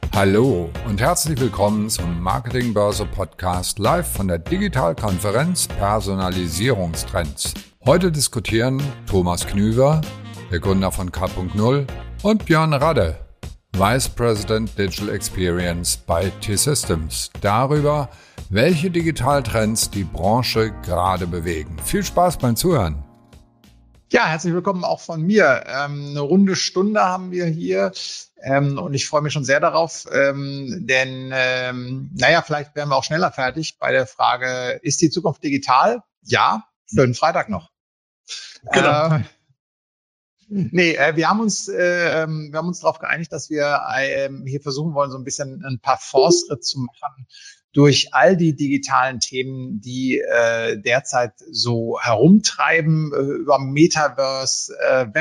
Hallo und herzlich willkommen zum Marketingbörse Podcast live von der Digitalkonferenz Personalisierungstrends. Heute diskutieren Thomas Knüver, der Gründer von K.0, und Björn Radde, Vice President Digital Experience bei T-Systems, darüber, welche Digitaltrends die Branche gerade bewegen. Viel Spaß beim Zuhören. Ja, herzlich willkommen auch von mir. Eine runde Stunde haben wir hier und ich freue mich schon sehr darauf, denn vielleicht werden wir auch schneller fertig bei der Frage, ist die Zukunft digital? Ja, für den Freitag noch. Genau. Wir haben uns darauf geeinigt, dass wir hier versuchen wollen, so ein bisschen ein paar Fortschritte zu machen durch all die digitalen Themen, die derzeit so herumtreiben, über Metaverse,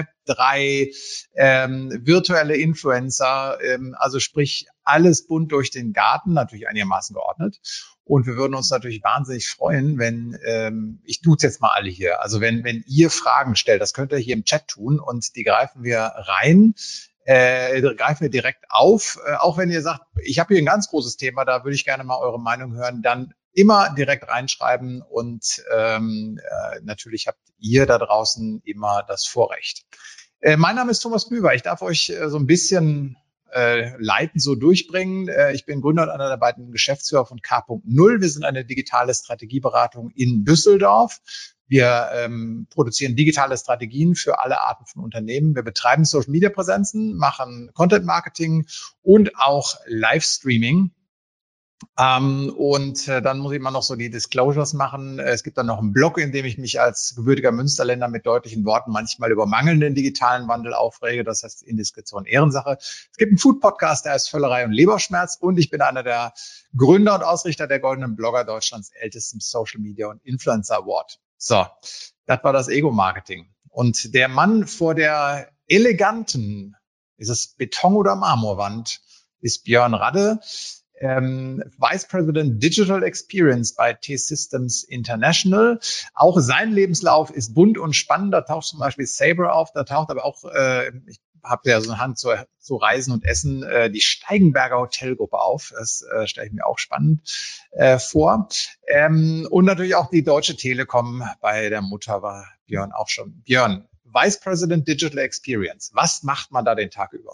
Web3, virtuelle Influencer, also sprich alles bunt durch den Garten, natürlich einigermaßen geordnet. Und wir würden uns natürlich wahnsinnig freuen, wenn, ich duze jetzt mal alle hier, also wenn ihr Fragen stellt, das könnt ihr hier im Chat tun und die greifen wir rein. Greifen wir direkt auf. Auch wenn ihr sagt, ich habe hier ein ganz großes Thema, da würde ich gerne mal eure Meinung hören, dann immer direkt reinschreiben und natürlich habt ihr da draußen immer das Vorrecht. Mein Name ist Thomas Knüver. Ich darf euch so ein bisschen leiten, so durchbringen. Ich bin Gründer und einer der beiden Geschäftsführer von K.0. Wir sind eine digitale Strategieberatung in Düsseldorf. Wir produzieren digitale Strategien für alle Arten von Unternehmen. Wir betreiben Social-Media-Präsenzen, machen Content-Marketing und auch Livestreaming. Dann muss ich mal noch so die Disclosures machen. Es gibt dann noch einen Blog, in dem ich mich als gebürtiger Münsterländer mit deutlichen Worten manchmal über mangelnden digitalen Wandel aufrege. Das heißt Indiskretion, Ehrensache. Es gibt einen Food-Podcast, der heißt Völlerei und Leberschmerz. Und ich bin einer der Gründer und Ausrichter der Goldenen Blogger, Deutschlands ältesten Social Media und Influencer Award. So, das war das Ego-Marketing. Und der Mann vor der eleganten, ist es Beton- oder Marmorwand, ist Björn Radde, Vice President Digital Experience bei T-Systems International. Auch sein Lebenslauf ist bunt und spannend. Da taucht zum Beispiel Sabre auf, da taucht aber auch, ich habe ja so eine Hand zu Reisen und Essen, die Steigenberger Hotelgruppe auf. Das stelle ich mir auch spannend vor. Und natürlich auch die Deutsche Telekom, bei der Mutter war Björn auch schon. Björn, Vice President Digital Experience. Was macht man da den Tag über?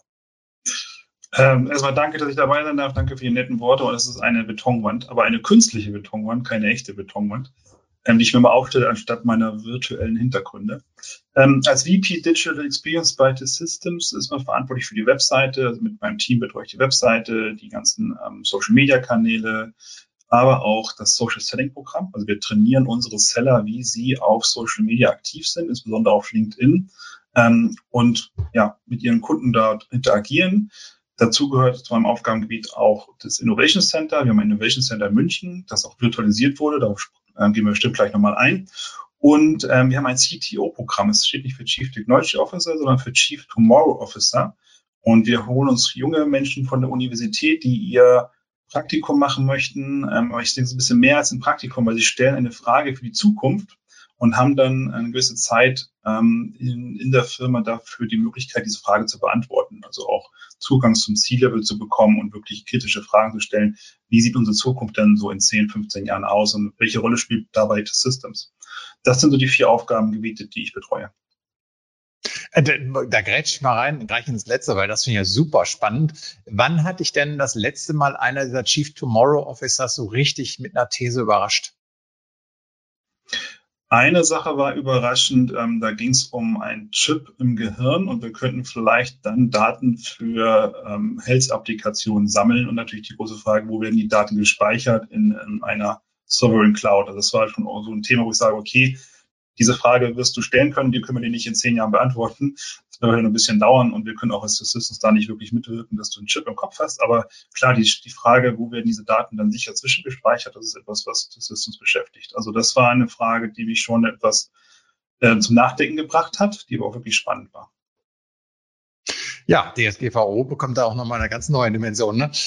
Erstmal danke, dass ich dabei sein darf. Danke für die netten Worte. Und es ist eine Betonwand, aber eine künstliche Betonwand, keine echte Betonwand, die ich mir mal aufstelle anstatt meiner virtuellen Hintergründe. Als VP Digital Experience bei T-Systems ist man verantwortlich für die Webseite. Also mit meinem Team betreue ich die Webseite, die ganzen Social-Media-Kanäle, aber auch das Social-Selling-Programm. Also wir trainieren unsere Seller, wie sie auf Social Media aktiv sind, insbesondere auf LinkedIn, und ja, mit ihren Kunden da interagieren. Dazu gehört zu meinem Aufgabengebiet auch das Innovation Center. Wir haben ein Innovation Center in München, das auch virtualisiert wurde. Darauf gehen wir bestimmt gleich nochmal ein. Und wir haben ein CTO-Programm. Es steht nicht für Chief Technology Officer, sondern für Chief Tomorrow Officer. Und wir holen uns junge Menschen von der Universität, die ihr Praktikum machen möchten. Aber ich denke, es ist ein bisschen mehr als ein Praktikum, weil sie stellen eine Frage für die Zukunft und haben dann eine gewisse Zeit in der Firma dafür die Möglichkeit, diese Frage zu beantworten. Also auch Zugang zum C-Level zu bekommen und wirklich kritische Fragen zu stellen. Wie sieht unsere Zukunft denn so in 10, 15 Jahren aus und welche Rolle spielt dabei T-Systems? Das sind so die 4 Aufgabengebiete, die ich betreue. Da grätsch ich mal rein, gleich ins Letzte, weil das finde ich ja super spannend. Wann hat dich denn das letzte Mal einer dieser Chief Tomorrow Officers so richtig mit einer These überrascht? Eine Sache war überraschend, da ging es um einen Chip im Gehirn und wir könnten vielleicht dann Daten für Health-Applikationen sammeln und natürlich die große Frage, wo werden die Daten gespeichert in einer Sovereign Cloud? Also das war schon auch so ein Thema, wo ich sage, okay, diese Frage wirst du stellen können, die können wir dir nicht in 10 Jahren beantworten. Das wird ein bisschen dauern und wir können auch als T-Systems da nicht wirklich mitwirken, dass du einen Chip im Kopf hast. Aber klar, die Frage, wo werden diese Daten dann sicher zwischengespeichert, das ist etwas, was T-Systems beschäftigt. Also das war eine Frage, die mich schon etwas zum Nachdenken gebracht hat, die aber auch wirklich spannend war. Ja, DSGVO bekommt da auch nochmal eine ganz neue Dimension. Ne?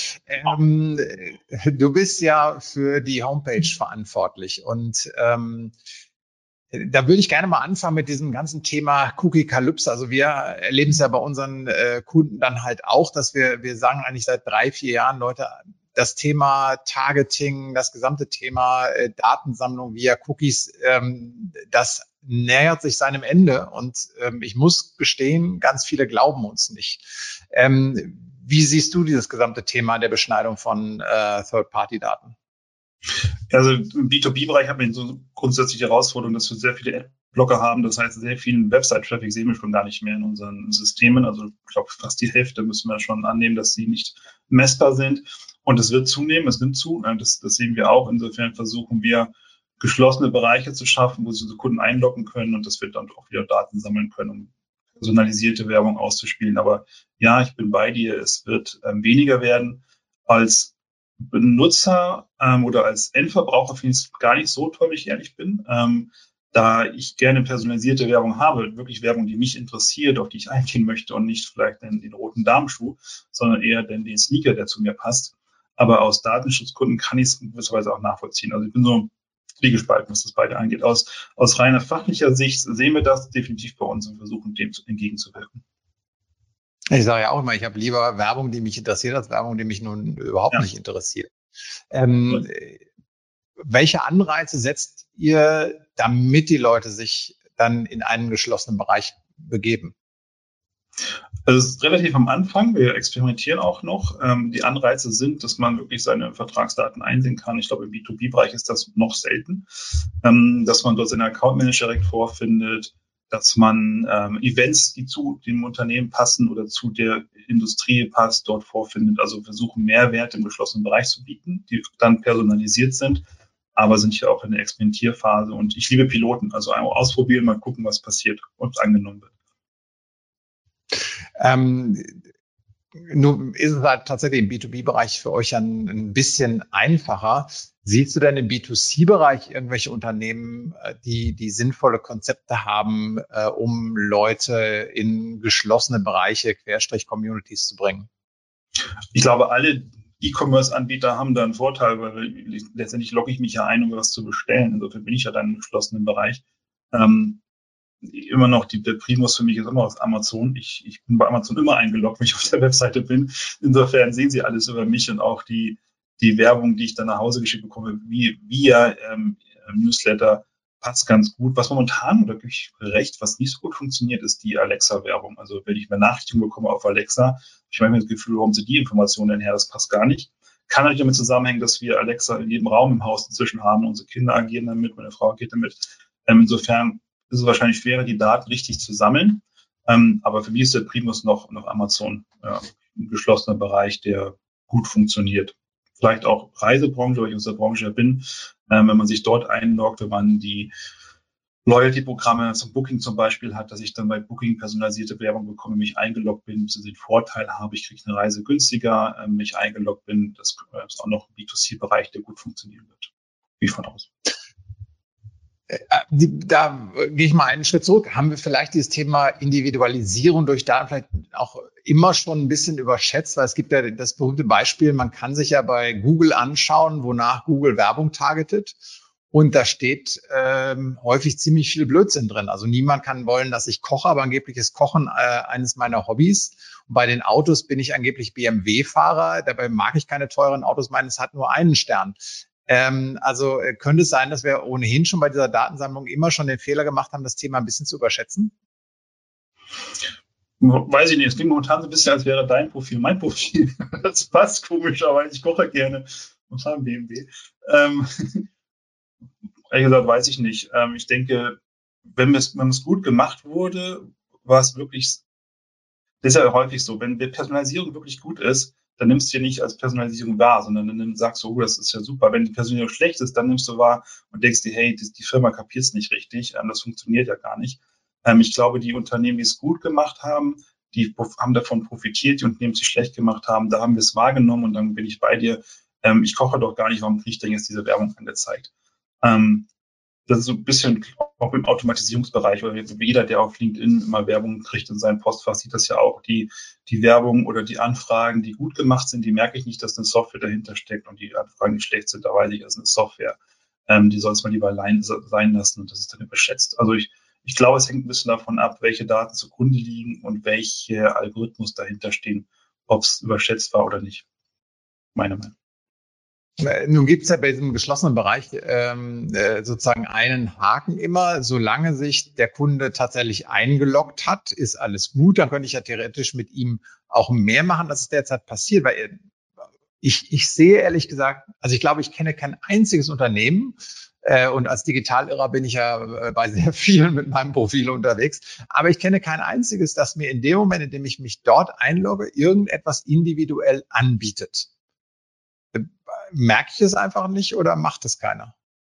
Du bist ja für die Homepage verantwortlich und Da würde ich gerne mal anfangen mit diesem ganzen Thema Cookie-Kalypse. Also wir erleben es ja bei unseren Kunden dann halt auch, dass wir sagen eigentlich seit 3-4 Jahren, Leute, das Thema Targeting, das gesamte Thema Datensammlung via Cookies, das nähert sich seinem Ende. Und ich muss gestehen, ganz viele glauben uns nicht. Wie siehst du dieses gesamte Thema der Beschneidung von Third-Party-Daten? Also im B2B-Bereich haben wir so grundsätzlich die Herausforderung, dass wir sehr viele Adblocker haben. Das heißt, sehr viel Website-Traffic sehen wir schon gar nicht mehr in unseren Systemen. Also ich glaube, fast die Hälfte müssen wir schon annehmen, dass sie nicht messbar sind. Und es wird zunehmen, es nimmt zu. Das sehen wir auch. Insofern versuchen wir, geschlossene Bereiche zu schaffen, wo sich unsere Kunden einloggen können. Und das wird dann auch wieder Daten sammeln können, um personalisierte Werbung auszuspielen. Aber ja, ich bin bei dir. Es wird weniger werden. Als Benutzer oder als Endverbraucher finde ich es gar nicht so toll, wenn ich ehrlich bin. Da ich gerne personalisierte Werbung habe, wirklich Werbung, die mich interessiert, auf die ich eingehen möchte und nicht vielleicht den roten Damenschuh, sondern eher den Sneaker, der zu mir passt. Aber aus Datenschutzgründen kann ich es in gewisser Weise auch nachvollziehen. Also ich bin so zwiegespalten, was das beide angeht. Aus reiner fachlicher Sicht sehen wir das definitiv bei uns und versuchen, dem entgegenzuwirken. Ich sage ja auch immer, ich habe lieber Werbung, die mich interessiert, als Werbung, die mich nun überhaupt nicht interessiert. Welche Anreize setzt ihr, damit die Leute sich dann in einen geschlossenen Bereich begeben? Also es ist relativ am Anfang. Wir experimentieren auch noch. Die Anreize sind, dass man wirklich seine Vertragsdaten einsehen kann. Ich glaube, im B2B-Bereich ist das noch selten, dass man dort seine Account Manager direkt vorfindet, dass man Events, die zu dem Unternehmen passen oder zu der Industrie passt, dort vorfindet. Also versuchen, Mehrwert im geschlossenen Bereich zu bieten, die dann personalisiert sind, aber sind hier auch in der Experimentierphase. Und ich liebe Piloten, also einmal ausprobieren, mal gucken, was passiert und es angenommen wird. Nun ist es halt tatsächlich im B2B-Bereich für euch ein bisschen einfacher. Siehst du denn im B2C-Bereich irgendwelche Unternehmen, die sinnvolle Konzepte haben, um Leute in geschlossene Bereiche, Querstrich-Communities zu bringen? Ich glaube, alle E-Commerce-Anbieter haben da einen Vorteil, weil letztendlich logge ich mich ja ein, um was zu bestellen. Insofern bin ich ja dann im geschlossenen Bereich. Immer noch der Primus für mich ist immer aus Amazon. Ich bin bei Amazon immer eingeloggt, wenn ich auf der Webseite bin. Insofern sehen sie alles über mich und auch die Werbung, die ich dann nach Hause geschickt bekomme, via Newsletter, passt ganz gut. Was momentan, da gebe ich recht, was nicht so gut funktioniert, ist die Alexa-Werbung. Also wenn ich Benachrichtigungen bekomme auf Alexa, habe ich manchmal das Gefühl, warum sind die Informationen denn her? Das passt gar nicht. Kann natürlich damit zusammenhängen, dass wir Alexa in jedem Raum im Haus inzwischen haben. Unsere Kinder agieren damit, meine Frau agiert damit. Insofern ist es wahrscheinlich schwerer, die Daten richtig zu sammeln. Aber für mich ist der Primus noch Amazon, ein geschlossener Bereich, der gut funktioniert. Vielleicht auch Reisebranche, weil ich aus der Branche ja bin. Wenn man sich dort einloggt, wenn man die Loyalty-Programme zum Booking zum Beispiel hat, dass ich dann bei Booking personalisierte Werbung bekomme, mich eingeloggt bin, dass ich den Vorteil habe, ich kriege eine Reise günstiger, mich eingeloggt bin. Das ist auch noch ein B2C-Bereich, der gut funktionieren wird. Gehe ich von aus. Da gehe ich mal einen Schritt zurück. Haben wir vielleicht dieses Thema Individualisierung durch Daten vielleicht auch immer schon ein bisschen überschätzt? Weil es gibt ja das berühmte Beispiel, man kann sich ja bei Google anschauen, wonach Google Werbung targetet. Und da steht häufig ziemlich viel Blödsinn drin. Also niemand kann wollen, dass ich koche, aber angeblich ist Kochen eines meiner Hobbys. Und bei den Autos bin ich angeblich BMW-Fahrer. Dabei mag ich keine teuren Autos, meines hat nur einen Stern. Also könnte es sein, dass wir ohnehin schon bei dieser Datensammlung immer schon den Fehler gemacht haben, das Thema ein bisschen zu überschätzen? Weiß ich nicht. Es klingt momentan so ein bisschen, als wäre dein Profil mein Profil. Das passt komischerweise. Ich koche gerne und fahre BMW. Ehrlich gesagt, weiß ich nicht. Ich denke, wenn es gut gemacht wurde, war es wirklich, das ist ja häufig so, wenn die Personalisierung wirklich gut ist, dann nimmst du ja nicht als Personalisierung wahr, sondern dann sagst du, oh, das ist ja super. Wenn die Personalisierung schlecht ist, dann nimmst du wahr und denkst dir, hey, die Firma kapiert es nicht richtig, das funktioniert ja gar nicht. Ich glaube, die Unternehmen, die es gut gemacht haben, die haben davon profitiert, die Unternehmen, die es schlecht gemacht haben, da haben wir es wahrgenommen und dann bin ich bei dir. Ich koche doch gar nicht, warum kriege ich denn jetzt diese Werbung angezeigt? Das ist so ein bisschen auch im Automatisierungsbereich, weil jeder, der auf LinkedIn immer Werbung kriegt in seinem Postfach, sieht das ja auch. Die Werbung oder die Anfragen, die gut gemacht sind, die merke ich nicht, dass eine Software dahinter steckt und die Anfragen, die schlecht sind, da weiß ich, das ist eine Software. die soll es mal lieber sein lassen und das ist dann überschätzt. Also ich glaube, es hängt ein bisschen davon ab, welche Daten zugrunde liegen und welche Algorithmus dahinter stehen, ob es überschätzt war oder nicht. Meine Meinung. Nun gibt es ja bei diesem geschlossenen Bereich sozusagen einen Haken immer. Solange sich der Kunde tatsächlich eingeloggt hat, ist alles gut. Dann könnte ich ja theoretisch mit ihm auch mehr machen, als es derzeit passiert. Weil ich sehe ehrlich gesagt, also ich glaube, ich kenne kein einziges Unternehmen, und als Digitalirrer bin ich ja bei sehr vielen mit meinem Profil unterwegs. Aber ich kenne kein einziges, das mir in dem Moment, in dem ich mich dort einlogge, irgendetwas individuell anbietet. Merke ich es einfach nicht oder macht es keiner?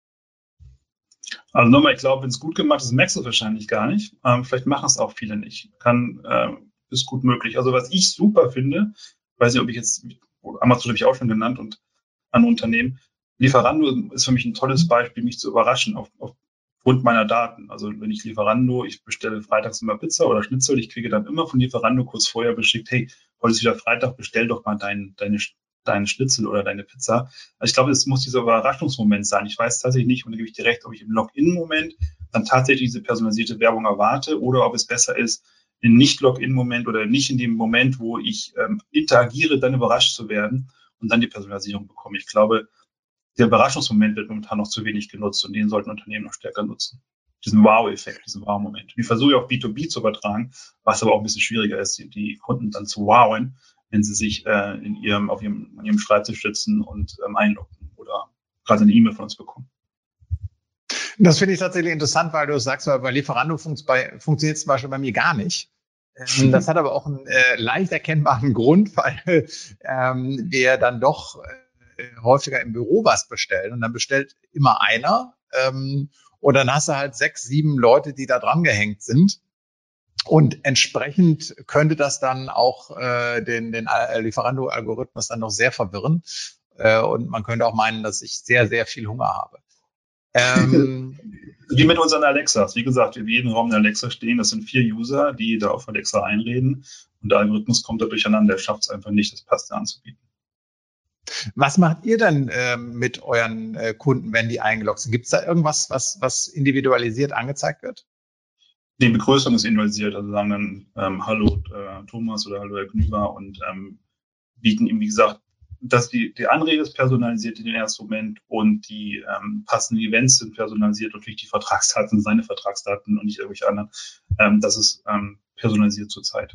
Also nochmal, ich glaube, wenn es gut gemacht ist, merkst du es wahrscheinlich gar nicht. Vielleicht machen es auch viele nicht. Ist gut möglich. Also was ich super finde, weiß nicht, ob ich jetzt, Amazon habe ich auch schon genannt und andere Unternehmen, Lieferando ist für mich ein tolles Beispiel, mich zu überraschen aufgrund meiner Daten. Also wenn ich Lieferando, ich bestelle freitags immer Pizza oder Schnitzel, ich kriege dann immer von Lieferando kurz vorher beschickt, hey, heute ist wieder Freitag, bestell doch mal deinen Schnitzel oder deine Pizza. Also ich glaube, es muss dieser Überraschungsmoment sein. Ich weiß tatsächlich nicht, und da gebe ich dir recht, ob ich im Login-Moment dann tatsächlich diese personalisierte Werbung erwarte oder ob es besser ist, in Nicht-Login-Moment oder nicht in dem Moment, wo ich interagiere, dann überrascht zu werden und dann die Personalisierung bekomme. Ich glaube, der Überraschungsmoment wird momentan noch zu wenig genutzt und den sollten Unternehmen noch stärker nutzen. Diesen Wow-Effekt, diesen Wow-Moment. Ich versuche auch B2B zu übertragen, was aber auch ein bisschen schwieriger ist, die Kunden dann zu wowen, wenn sie sich an ihrem Schreibtisch sitzen und einloggen oder gerade eine E-Mail von uns bekommen. Das finde ich tatsächlich interessant, weil du sagst, bei Lieferando funktioniert zum Beispiel bei mir gar nicht. Das hat aber auch einen leicht erkennbaren Grund, weil wir dann doch häufiger im Büro was bestellen und dann bestellt immer einer und dann hast du halt 6, 7 Leute, die da dran gehängt sind und entsprechend könnte das dann auch den Lieferando-Algorithmus dann noch sehr verwirren und man könnte auch meinen, dass ich sehr, sehr viel Hunger habe. Wie mit unseren Alexas. Wie gesagt, wir in jedem Raum der Alexa stehen. Das sind 4 User, die da auf Alexa einreden und der Algorithmus kommt da durcheinander. Der schafft es einfach nicht, das passend anzubieten. Was macht ihr denn mit euren Kunden, wenn die eingeloggt sind? Gibt es da irgendwas, was individualisiert angezeigt wird? Die Begrüßung ist individualisiert. Also sagen dann Hallo Thomas oder Hallo Herr Knüber und bieten ihm, wie gesagt, dass die Anrede ist personalisiert in den ersten Moment und die passenden Events sind personalisiert und natürlich die Vertragsdaten sind seine Vertragsdaten und nicht irgendwelche anderen. Das ist personalisiert zurzeit.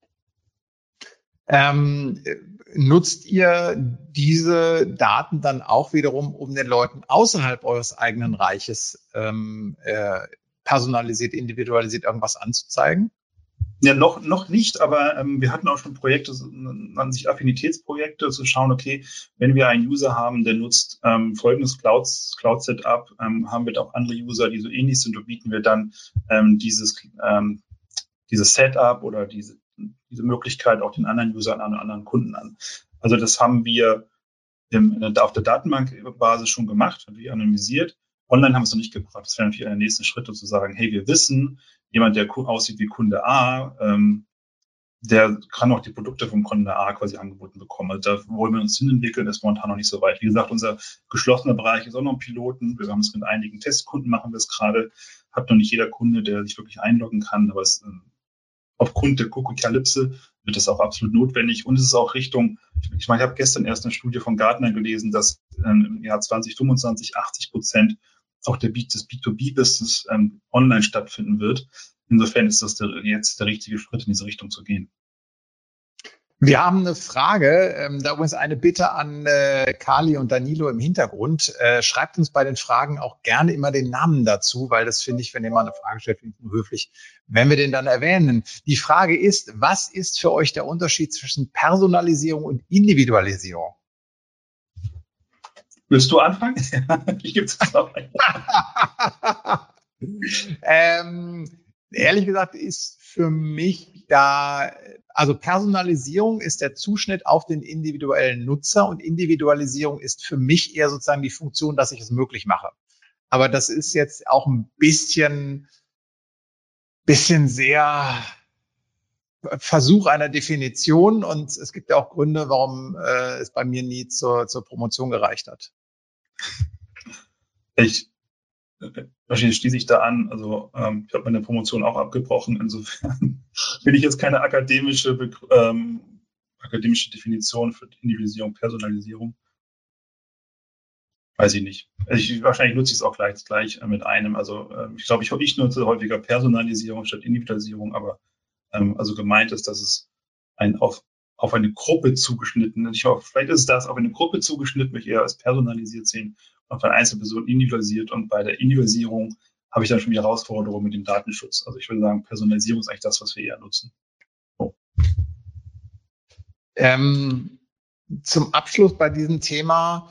Nutzt ihr diese Daten dann auch wiederum, um den Leuten außerhalb eures eigenen Reiches personalisiert, individualisiert irgendwas anzuzeigen? Ja, noch nicht, aber wir hatten auch schon Projekte, an sich Affinitätsprojekte, zu schauen, okay, wenn wir einen User haben, der nutzt folgendes Cloud-Setup, haben wir da auch andere User, die so ähnlich sind, und bieten wir dann dieses Setup oder diese Möglichkeit auch den anderen Usern an anderen Kunden an. Also das haben wir auf der Datenbankbasis schon gemacht, haben wir anonymisiert. Online haben wir es noch nicht gebracht. Das wäre natürlich einer der nächsten Schritte, zu sagen, hey, wir wissen, jemand, der aussieht wie Kunde A, der kann auch die Produkte vom Kunde A quasi angeboten bekommen. Also da wollen wir uns hinentwickeln, ist momentan noch nicht so weit. Wie gesagt, unser geschlossener Bereich ist auch noch ein Piloten. Wir haben es mit einigen Testkunden, machen wir es gerade. Hat noch nicht jeder Kunde, der sich wirklich einloggen kann, aber aufgrund der Kokokalypse wird das auch absolut notwendig. Und es ist auch Richtung, ich meine, ich habe gestern erst eine Studie von Gartner gelesen, dass im Jahr 2025 80% auch des B2B-Business online stattfinden wird. Insofern ist das jetzt der richtige Schritt, in diese Richtung zu gehen. Wir haben eine Frage, da übrigens eine Bitte an Kali und Danilo im Hintergrund. Schreibt uns bei den Fragen auch gerne immer den Namen dazu, weil das finde ich, wenn ihr mal eine Frage stellt, finde ich nur höflich, wenn wir den dann erwähnen. Die Frage ist, was ist für euch der Unterschied zwischen Personalisierung und Individualisierung? Willst du anfangen? Ich gebe es auch ehrlich gesagt ist für mich also Personalisierung ist der Zuschnitt auf den individuellen Nutzer und Individualisierung ist für mich eher sozusagen die Funktion, dass ich es möglich mache. Aber das ist jetzt auch ein bisschen sehr Versuch einer Definition und es gibt ja auch Gründe, warum es bei mir nie zur Promotion gereicht hat. Wahrscheinlich schließe ich da an. Also ich habe meine Promotion auch abgebrochen. Insofern will ich jetzt keine akademische Definition für Individualisierung, Personalisierung. Weiß ich nicht. Wahrscheinlich nutze ich es auch gleich mit einem. Also ich glaube, ich nutze häufiger Personalisierung statt Individualisierung, aber also gemeint ist, dass es auf eine Gruppe zugeschnitten. Vielleicht ist es das, auf eine Gruppe zugeschnitten, möchte ich eher als personalisiert sehen, auf eine Einzelperson individualisiert. Und bei der Individualisierung habe ich dann schon die Herausforderung mit dem Datenschutz. Also ich würde sagen, Personalisierung ist eigentlich das, was wir eher nutzen. Oh. Zum Abschluss bei diesem Thema,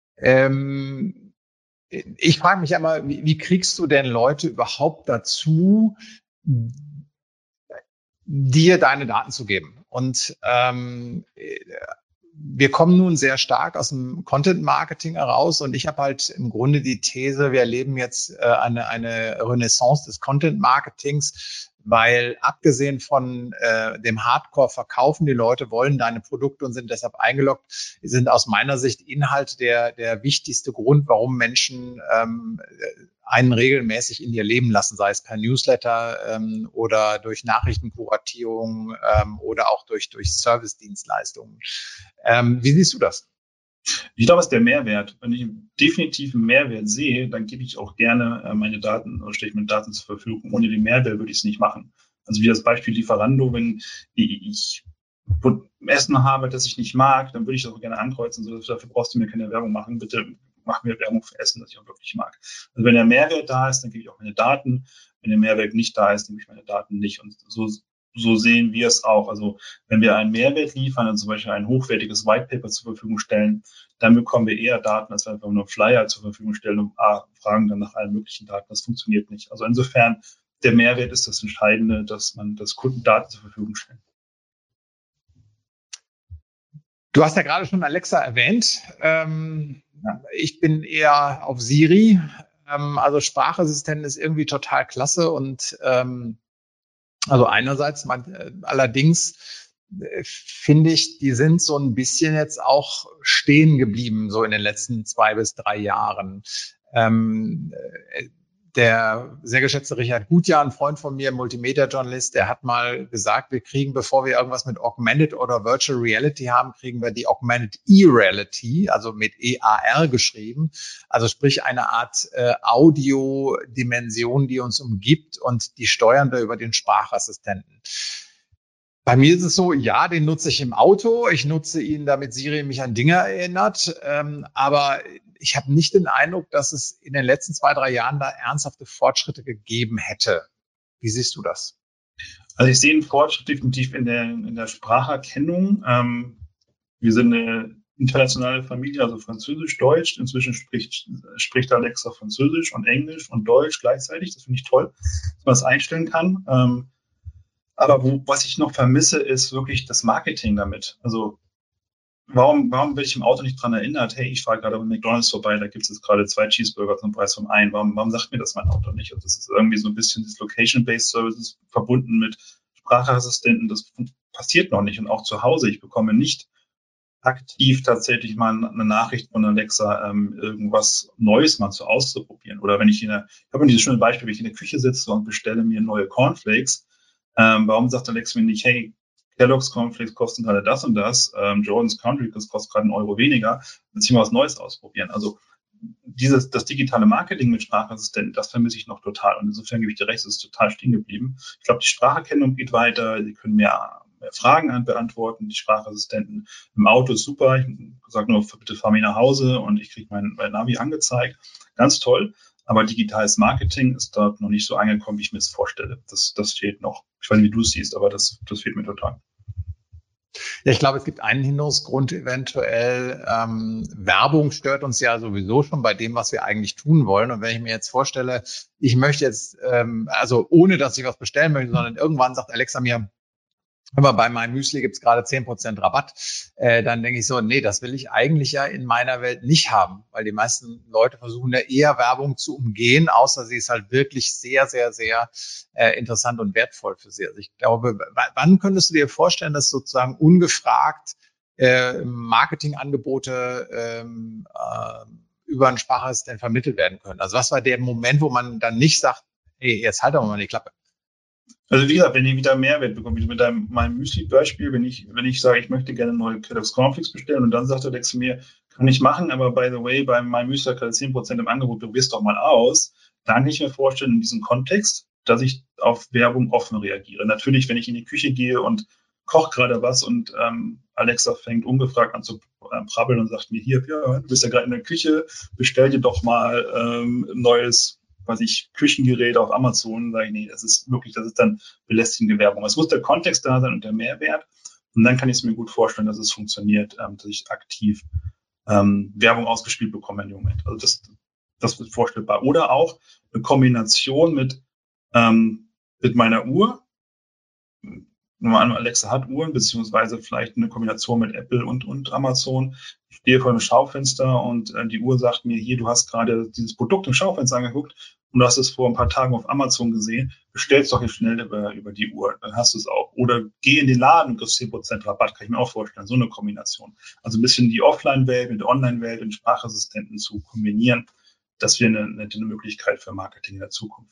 ich frage mich einmal, wie kriegst du denn Leute überhaupt dazu, dir deine Daten zu geben? Und wir kommen nun sehr stark aus dem Content-Marketing heraus und ich habe halt im Grunde die These, wir erleben jetzt eine Renaissance des Content-Marketings, weil abgesehen von dem Hardcore-Verkaufen, die Leute wollen deine Produkte und sind deshalb eingeloggt, sind aus meiner Sicht Inhalte der wichtigste Grund, warum Menschen einen regelmäßig in ihr Leben lassen, sei es per Newsletter oder durch Nachrichtenkuratierung oder auch durch Service-Dienstleistungen. Wie siehst du das? Ich glaube, es ist der Mehrwert. Wenn ich definitiv einen Mehrwert sehe, dann gebe ich auch gerne meine Daten oder stelle ich meine Daten zur Verfügung. Ohne den Mehrwert würde ich es nicht machen. Also wie das Beispiel Lieferando, wenn ich Essen habe, das ich nicht mag, dann würde ich das auch gerne ankreuzen. So, dafür brauchst du mir keine Werbung machen. Bitte mach mir Werbung für Essen, das ich auch wirklich mag. Also wenn der Mehrwert da ist, dann gebe ich auch meine Daten. Wenn der Mehrwert nicht da ist, nehme ich meine Daten nicht. Und so sehen wir es auch. Also wenn wir einen Mehrwert liefern und zum Beispiel ein hochwertiges White Paper zur Verfügung stellen, dann bekommen wir eher Daten, als wenn wir einfach nur Flyer zur Verfügung stellen und fragen dann nach allen möglichen Daten. Das funktioniert nicht. Also insofern, der Mehrwert ist das Entscheidende, dass Kunden Daten zur Verfügung stellen. Du hast ja gerade schon Alexa erwähnt. Ich bin eher auf Siri. Also Sprachassistent ist irgendwie total klasse und also einerseits, allerdings finde ich, die sind so ein bisschen jetzt auch stehen geblieben, so in den letzten 2 bis 3 Jahren. Der sehr geschätzte Richard Gutjahr, ein Freund von mir, Multimedia-Journalist, der hat mal gesagt, wir kriegen, bevor wir irgendwas mit Augmented oder Virtual Reality haben, kriegen wir die Augmented E-Reality, also mit EAR geschrieben. Also sprich eine Art Audio-Dimension, die uns umgibt und die steuern wir über den Sprachassistenten. Bei mir ist es so, ja, den nutze ich im Auto. Ich nutze ihn, damit Siri mich an Dinge erinnert. Aber ich habe nicht den Eindruck, dass es in den letzten 2, 3 Jahren da ernsthafte Fortschritte gegeben hätte. Wie siehst du das? Also ich sehe einen Fortschritt definitiv in der Spracherkennung. Wir sind eine internationale Familie, also Französisch, Deutsch. Inzwischen spricht Alexa Französisch und Englisch und Deutsch gleichzeitig. Das finde ich toll, dass man das einstellen kann. Aber was ich noch vermisse, ist wirklich das Marketing damit. Also warum werde ich im Auto nicht dran erinnert, hey, ich fahre gerade bei McDonald's vorbei, da gibt es jetzt gerade 2 Cheeseburger zum Preis von einem. Warum sagt mir das mein Auto nicht? Und das ist irgendwie so ein bisschen das Location-Based Services verbunden mit Sprachassistenten. Das passiert noch nicht. Und auch zu Hause, ich bekomme nicht aktiv tatsächlich mal eine Nachricht von Alexa, irgendwas Neues mal so auszuprobieren. Oder wenn ich habe dieses schöne Beispiel, wenn ich in der Küche sitze und bestelle mir neue Cornflakes, warum sagt Alexa mir nicht, hey, Kellogg's Cornflakes kosten gerade das und das, Jordan's Country, das kostet gerade €1 weniger, jetzt hier mal was Neues ausprobieren. Also das digitale Marketing mit Sprachassistenten, das vermisse ich noch total. Und insofern gebe ich dir recht, es ist total stehen geblieben. Ich glaube, die Spracherkennung geht weiter, sie können mehr Fragen beantworten, die Sprachassistenten. Im Auto ist super, ich sage nur, bitte fahr mich nach Hause und ich kriege mein Navi angezeigt. Ganz toll. Aber digitales Marketing ist dort noch nicht so angekommen, wie ich mir es vorstelle. Das fehlt noch. Ich weiß nicht, wie du es siehst, aber das fehlt mir total. Ja, ich glaube, es gibt einen Hinderungsgrund eventuell. Werbung stört uns ja sowieso schon bei dem, was wir eigentlich tun wollen. Und wenn ich mir jetzt vorstelle, ich möchte jetzt, also ohne, dass ich was bestellen möchte, sondern irgendwann sagt Alexa mir, aber bei meinem Müsli gibt's gerade 10% Rabatt, dann denke ich so, nee, das will ich eigentlich ja in meiner Welt nicht haben, weil die meisten Leute versuchen ja eher Werbung zu umgehen, außer sie ist halt wirklich sehr, sehr, sehr interessant und wertvoll für sie. Also ich glaube, wann könntest du dir vorstellen, dass sozusagen ungefragt Marketingangebote über einen Sprachassistent vermittelt werden können? Also was war der Moment, wo man dann nicht sagt, hey, jetzt halt doch mal die Klappe? Also wie gesagt, wenn ihr wieder Mehrwert bekommt, wie mit meinem Müsli-Beispiel, wenn ich sage, ich möchte gerne neue Kellogg's Cornflakes bestellen und dann sagt der Dex zu mir, kann ich machen, aber by the way, bei meinem Müsli hat gerade 10% im Angebot, probier's doch mal aus. Dann kann ich mir vorstellen, in diesem Kontext, dass ich auf Werbung offen reagiere. Natürlich, wenn ich in die Küche gehe und koche gerade was und Alexa fängt ungefragt an zu prabbeln und sagt mir, hier, ja, du bist ja gerade in der Küche, bestell dir doch mal neues Küchengerät auf Amazon, sage ich, nee, das ist dann belästigende Werbung. Es muss der Kontext da sein und der Mehrwert. Und dann kann ich es mir gut vorstellen, dass es funktioniert, dass ich aktiv Werbung ausgespielt bekomme in dem Moment. Also das wird vorstellbar. Oder auch eine Kombination mit meiner Uhr. Alexa hat Uhren, beziehungsweise vielleicht eine Kombination mit Apple und Amazon. Ich stehe vor einem Schaufenster und die Uhr sagt mir, hier, du hast gerade dieses Produkt im Schaufenster angeguckt und du hast es vor ein paar Tagen auf Amazon gesehen, bestellst doch jetzt schnell über die Uhr, dann hast du es auch. Oder geh in den Laden und kriegst 10% Rabatt, kann ich mir auch vorstellen, so eine Kombination. Also ein bisschen die Offline-Welt mit der Online-Welt und Sprachassistenten zu kombinieren, das wäre eine Möglichkeit für Marketing in der Zukunft.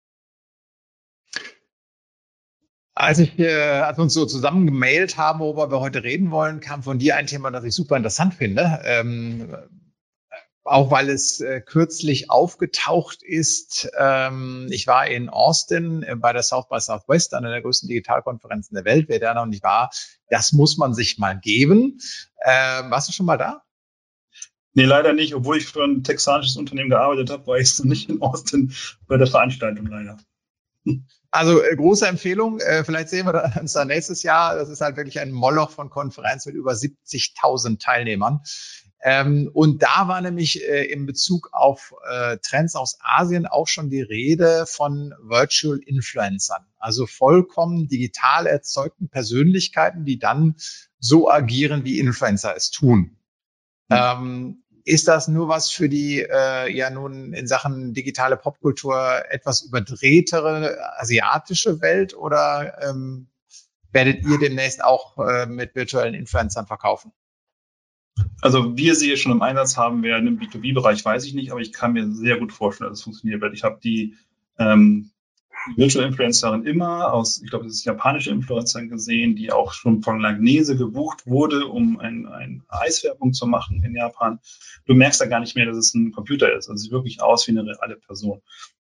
Als wir uns so zusammen gemailt haben, worüber wir heute reden wollen, kam von dir ein Thema, das ich super interessant finde. Auch weil es kürzlich aufgetaucht ist. Ich war in Austin bei der South by Southwest, einer der größten Digitalkonferenzen der Welt. Wer da noch nicht war, das muss man sich mal geben. Warst du schon mal da? Nee, leider nicht. Obwohl ich für ein texanisches Unternehmen gearbeitet habe, war ich noch nicht in Austin bei der Veranstaltung leider. Also große Empfehlung. Vielleicht sehen wir uns da nächstes Jahr. Das ist halt wirklich ein Moloch von Konferenz mit über 70.000 Teilnehmern. Und da war nämlich in Bezug auf Trends aus Asien auch schon die Rede von Virtual Influencern. Also vollkommen digital erzeugten Persönlichkeiten, die dann so agieren, wie Influencer es tun. Ist das nur was für die nun in Sachen digitale Popkultur etwas überdrehtere asiatische Welt oder werdet ihr demnächst auch mit virtuellen Influencern verkaufen? Also wir sie schon im Einsatz haben werden im B2B-Bereich, weiß ich nicht, aber ich kann mir sehr gut vorstellen, dass es funktioniert wird. Ich habe die Virtual Influencerin immer aus, ich glaube, das ist japanische Influencerin gesehen, die auch schon von Langnese gebucht wurde, um eine Eiswerbung zu machen in Japan. Du merkst da gar nicht mehr, dass es ein Computer ist. Also es sieht wirklich aus wie eine reale Person.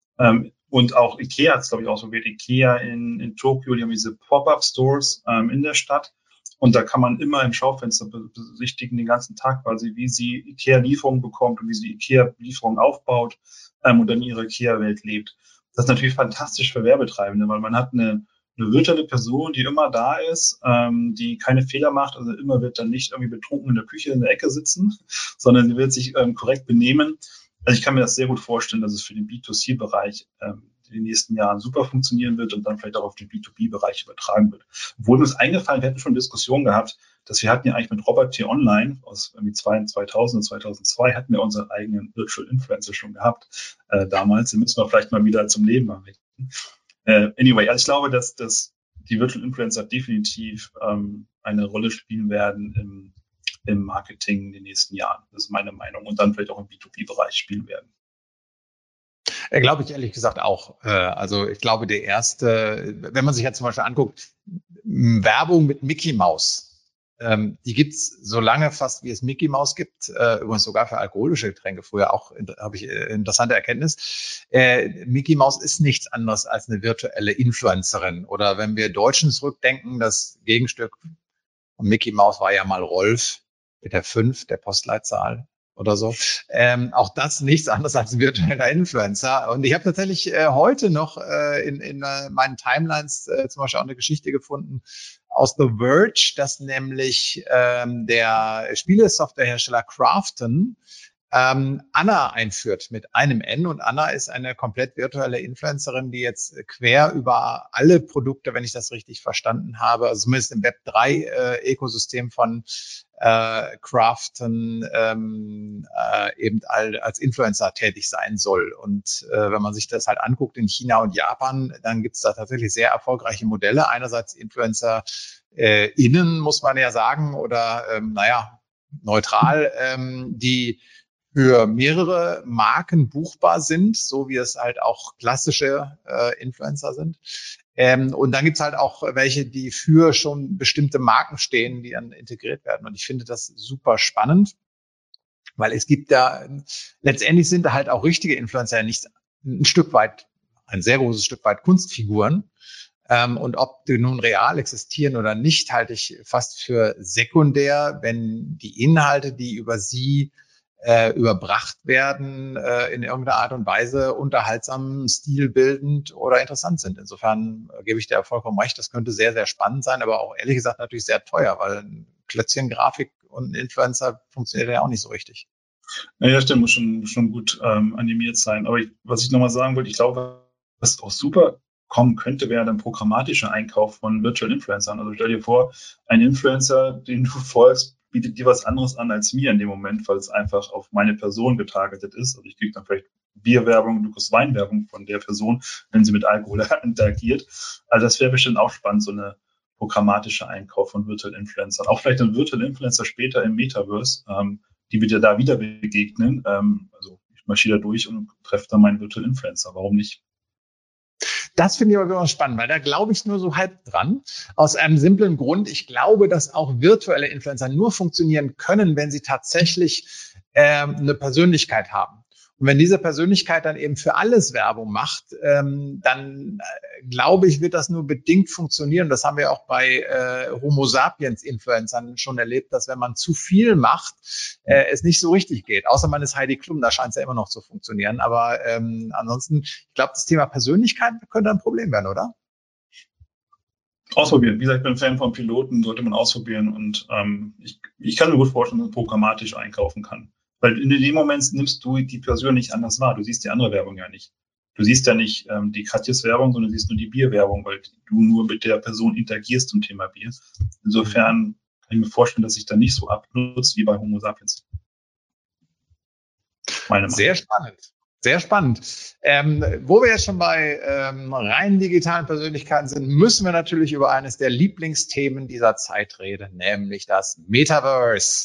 Und auch Ikea hat es, glaube ich, ausprobiert. Ikea in Tokio, die haben diese Pop-Up-Stores in der Stadt. Und da kann man immer im Schaufenster besichtigen den ganzen Tag quasi, wie sie Ikea-Lieferungen bekommt und wie sie Ikea-Lieferungen aufbaut und in ihrer Ikea-Welt lebt. Das ist natürlich fantastisch für Werbetreibende, weil man hat eine virtuelle Person, die immer da ist, die keine Fehler macht, also immer wird dann nicht irgendwie betrunken in der Küche in der Ecke sitzen, sondern sie wird sich korrekt benehmen. Also ich kann mir das sehr gut vorstellen, dass es für den B2C-Bereich in den nächsten Jahren super funktionieren wird und dann vielleicht auch auf den B2B-Bereich übertragen wird. Obwohl mir ist eingefallen, wir hatten schon Diskussionen gehabt, dass wir hatten ja eigentlich mit Robert T. Online aus 2000 und 2002 hatten wir unseren eigenen Virtual Influencer schon gehabt damals. Den müssen wir vielleicht mal wieder zum Leben erwecken. Anyway, also ich glaube, dass die Virtual Influencer definitiv eine Rolle spielen werden im Marketing in den nächsten Jahren. Das ist meine Meinung. Und dann vielleicht auch im B2B-Bereich spielen werden. Glaube ich ehrlich gesagt auch. Also ich glaube, der erste, wenn man sich jetzt zum Beispiel anguckt, Werbung mit Mickey Mouse, die gibt's so lange fast, wie es Mickey Mouse gibt, übrigens sogar für alkoholische Getränke. Früher auch habe ich interessante Erkenntnis. Mickey Mouse ist nichts anderes als eine virtuelle Influencerin. Oder wenn wir Deutschen zurückdenken, das Gegenstück von Mickey Mouse war ja mal Rolf mit der 5, der Postleitzahl oder so. Auch das nichts anderes als ein virtueller Influencer. Und ich habe tatsächlich heute noch in meinen Timelines zum Beispiel auch eine Geschichte gefunden aus The Verge, dass nämlich der Spielesoftwarehersteller Krafton Anna einführt mit einem N, und Anna ist eine komplett virtuelle Influencerin, die jetzt quer über alle Produkte, wenn ich das richtig verstanden habe, also zumindest im Web3-Ökosystem von Krafton eben als Influencer tätig sein soll. Und wenn man sich das halt anguckt in China und Japan, dann gibt's da tatsächlich sehr erfolgreiche Modelle. Einerseits Influencer innen, muss man ja sagen, oder neutral, die für mehrere Marken buchbar sind, so wie es halt auch klassische Influencer sind. Und dann gibt's halt auch welche, die für schon bestimmte Marken stehen, die dann integriert werden. Und ich finde das super spannend, weil es gibt da, letztendlich sind da halt auch richtige Influencer ja nicht ein sehr großes Stück weit Kunstfiguren. Und ob die nun real existieren oder nicht, halte ich fast für sekundär, wenn die Inhalte, die über sie überbracht werden, in irgendeiner Art und Weise unterhaltsam, stilbildend oder interessant sind. Insofern gebe ich dir vollkommen recht, das könnte sehr, sehr spannend sein, aber auch ehrlich gesagt natürlich sehr teuer, weil ein Klötzchen-Grafik und ein Influencer funktioniert ja auch nicht so richtig. Ja, stimmt, muss schon gut animiert sein. Aber was ich nochmal sagen wollte, ich glaube, was auch super kommen könnte, wäre dann programmatischer Einkauf von Virtual Influencern. Also stell dir vor, ein Influencer, den du folgst, bietet dir was anderes an als mir in dem Moment, weil es einfach auf meine Person getargetet ist. Also ich kriege dann vielleicht Bierwerbung, Lukas Weinwerbung von der Person, wenn sie mit Alkohol interagiert. Also das wäre bestimmt auch spannend, so eine programmatische Einkauf von Virtual Influencern. Auch vielleicht ein Virtual Influencer später im Metaverse, die mir da wieder begegnen. Also ich marschiere da durch und treffe dann meinen Virtual Influencer. Warum nicht? Das finde ich aber immer spannend, weil da glaube ich nur so halb dran. Aus einem simplen Grund. Ich glaube, dass auch virtuelle Influencer nur funktionieren können, wenn sie tatsächlich eine Persönlichkeit haben. Und wenn diese Persönlichkeit dann eben für alles Werbung macht, dann glaube ich, wird das nur bedingt funktionieren. Das haben wir auch bei Homo Sapiens Influencern schon erlebt, dass wenn man zu viel macht, es nicht so richtig geht. Außer man ist Heidi Klum, da scheint es ja immer noch zu funktionieren. Aber ansonsten, ich glaube, das Thema Persönlichkeit könnte ein Problem werden, oder? Ausprobieren. Wie gesagt, ich bin Fan von Piloten, sollte man ausprobieren. Und ich kann mir gut vorstellen, dass man programmatisch einkaufen kann. Weil in dem Moment nimmst du die Person nicht anders wahr. Du siehst die andere Werbung ja nicht. Du siehst ja nicht die Katjes-Werbung, sondern du siehst nur die Bierwerbung, weil du nur mit der Person interagierst zum Thema Bier. Insofern kann ich mir vorstellen, dass sich da nicht so abnutzt wie bei Homo Sapiens. Sehr spannend. Sehr spannend. Wo wir jetzt schon bei rein digitalen Persönlichkeiten sind, müssen wir natürlich über eines der Lieblingsthemen dieser Zeit reden, nämlich das Metaverse.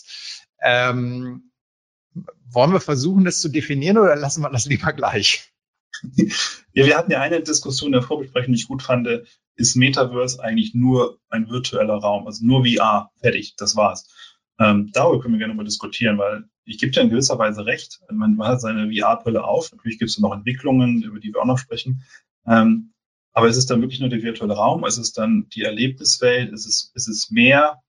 Wollen wir versuchen, das zu definieren oder lassen wir das lieber gleich? Ja, wir hatten ja eine Diskussion in der Vorbesprechung, die ich gut fand. Ist Metaverse eigentlich nur ein virtueller Raum, also nur VR, fertig, das war's. Darüber können wir gerne mal diskutieren, weil ich gebe dir in gewisser Weise recht. Man hat seine VR-Brille auf. Natürlich gibt es noch Entwicklungen, über die wir auch noch sprechen. Aber ist es dann wirklich nur der virtuelle Raum? Ist es dann die Erlebniswelt? Ist es mehr?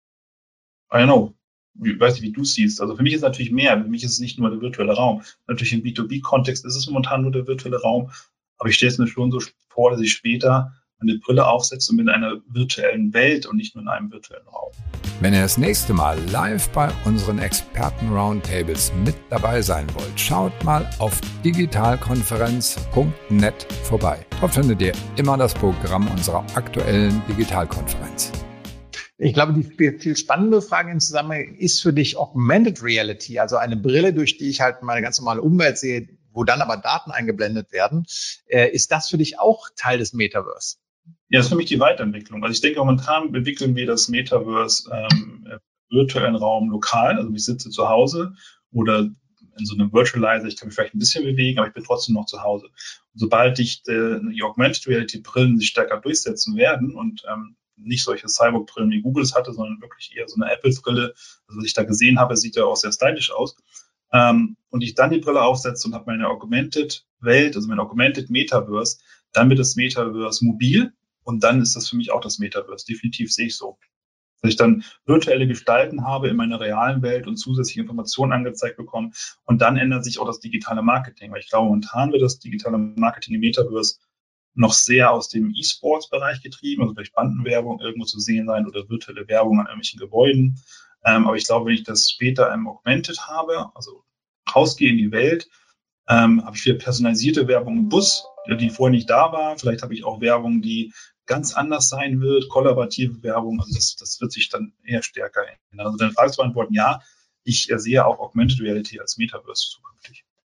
I don't know. Ich weiß nicht, wie du es siehst. Also für mich ist es natürlich mehr. Für mich ist es nicht nur der virtuelle Raum. Natürlich im B2B-Kontext ist es momentan nur der virtuelle Raum. Aber ich stelle es mir schon so vor, dass ich später eine Brille aufsetze und bin in einer virtuellen Welt und nicht nur in einem virtuellen Raum. Wenn ihr das nächste Mal live bei unseren Experten-Roundtables mit dabei sein wollt, schaut mal auf digitalkonferenz.net vorbei. Dort findet ihr immer das Programm unserer aktuellen Digitalkonferenz. Ich glaube, die viel spannende Frage im Zusammenhang ist für dich Augmented Reality, also eine Brille, durch die ich halt meine ganz normale Umwelt sehe, wo dann aber Daten eingeblendet werden. Ist das für dich auch Teil des Metaverse? Ja, das ist für mich die Weiterentwicklung. Also ich denke, momentan entwickeln wir das Metaverse virtuellen Raum lokal. Also ich sitze zu Hause oder in so einem Virtualizer, ich kann mich vielleicht ein bisschen bewegen, aber ich bin trotzdem noch zu Hause. Und sobald die Augmented Reality Brillen sich stärker durchsetzen werden und nicht solche Cyborg-Brillen wie Google es hatte, sondern wirklich eher so eine Apple-Brille, also was ich da gesehen habe, sieht ja auch sehr stylisch aus. Und ich dann die Brille aufsetze und habe meine Augmented Welt, also mein Augmented Metaverse, dann wird das Metaverse mobil und dann ist das für mich auch das Metaverse. Definitiv sehe ich so. Dass ich dann virtuelle Gestalten habe in meiner realen Welt und zusätzliche Informationen angezeigt bekomme. Und dann ändert sich auch das digitale Marketing. Weil ich glaube, momentan wird das digitale Marketing im Metaverse noch sehr aus dem E-Sports-Bereich getrieben, also vielleicht Bandenwerbung irgendwo zu sehen sein oder virtuelle Werbung an irgendwelchen Gebäuden. Aber ich glaube, wenn ich das später Augmented habe, also rausgehe in die Welt, habe ich wieder personalisierte Werbung im Bus, die vorher nicht da war. Vielleicht habe ich auch Werbung, die ganz anders sein wird, kollaborative Werbung. Also das wird sich dann eher stärker ändern. Also deine Frage zu beantworten, ja, ich sehe auch Augmented Reality als Metaverse zukünftig.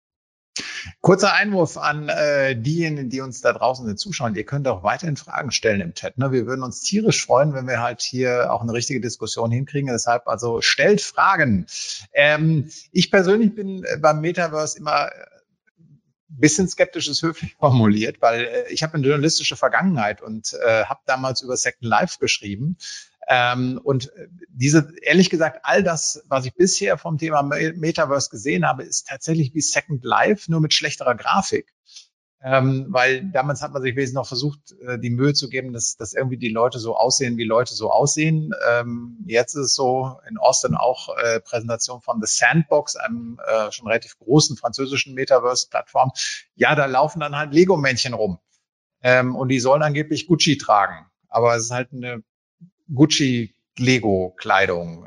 Kurzer Einwurf an diejenigen, die uns da draußen zuschauen. Ihr könnt auch weiterhin Fragen stellen im Chat. Ne? Wir würden uns tierisch freuen, wenn wir halt hier auch eine richtige Diskussion hinkriegen. Deshalb also stellt Fragen. Ich persönlich bin beim Metaverse immer bisschen skeptisch ist höflich formuliert, weil ich habe eine journalistische Vergangenheit und habe damals über Second Life geschrieben. Und ehrlich gesagt, all das, was ich bisher vom Thema Metaverse gesehen habe, ist tatsächlich wie Second Life, nur mit schlechterer Grafik. Weil damals hat man sich wesentlich noch versucht, die Mühe zu geben, dass irgendwie die Leute so aussehen, wie Leute so aussehen. Jetzt ist es so, in Austin auch Präsentation von The Sandbox, einem schon relativ großen französischen Metaverse-Plattform. Ja, da laufen dann halt Lego-Männchen rum. Und die sollen angeblich Gucci tragen. Aber es ist halt eine Gucci-Lego-Kleidung.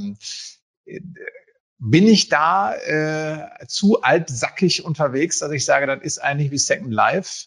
Bin ich da zu altsackig unterwegs, dass ich sage, das ist eigentlich wie Second Life?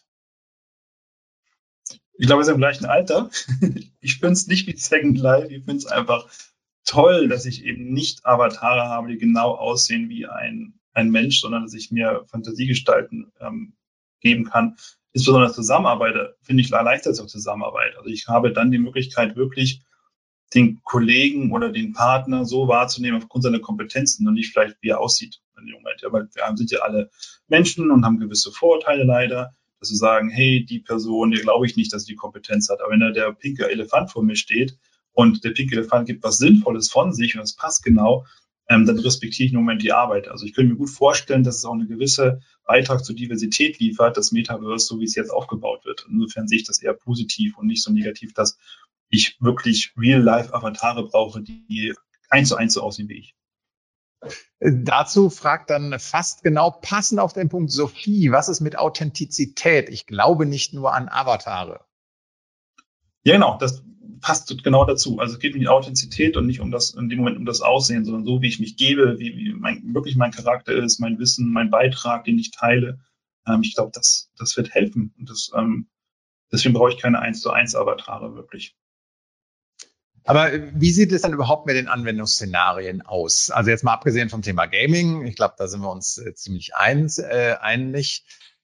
Ich glaube, wir sind im gleichen Alter. Ich finde es nicht wie Second Life. Ich finde es einfach toll, dass ich eben nicht Avatare habe, die genau aussehen wie ein Mensch, sondern dass ich mir Fantasiegestalten geben kann. Insbesondere Zusammenarbeit, finde ich, erleichtert es auch Zusammenarbeit. Also ich habe dann die Möglichkeit, wirklich den Kollegen oder den Partner so wahrzunehmen aufgrund seiner Kompetenzen und nicht vielleicht, wie er aussieht in dem Moment. Ja, weil wir sind ja alle Menschen und haben gewisse Vorurteile leider, dass wir sagen, hey, die Person, der glaube ich nicht, dass sie die Kompetenz hat. Aber wenn da der pinke Elefant vor mir steht und der pinke Elefant gibt was Sinnvolles von sich und das passt genau, dann respektiere ich im Moment die Arbeit. Also ich könnte mir gut vorstellen, dass es auch eine gewisse Beitrag zur Diversität liefert, das Metaverse, so wie es jetzt aufgebaut wird. Insofern sehe ich das eher positiv und nicht so negativ, dass ich wirklich Real-Life-Avatare brauche, die 1:1 so aussehen wie ich. Dazu fragt dann fast genau passend auf den Punkt Sophie, was ist mit Authentizität? Ich glaube nicht nur an Avatare. Ja, genau, das passt genau dazu. Also es geht um die Authentizität und nicht in dem Moment um das Aussehen, sondern so, wie ich mich gebe, wie wirklich mein Charakter ist, mein Wissen, mein Beitrag, den ich teile. Ich glaube, das wird helfen. Und deswegen brauche ich keine 1:1 Avatare wirklich. Aber wie sieht es dann überhaupt mit den Anwendungsszenarien aus? Also jetzt mal abgesehen vom Thema Gaming, ich glaube, da sind wir uns ziemlich einig.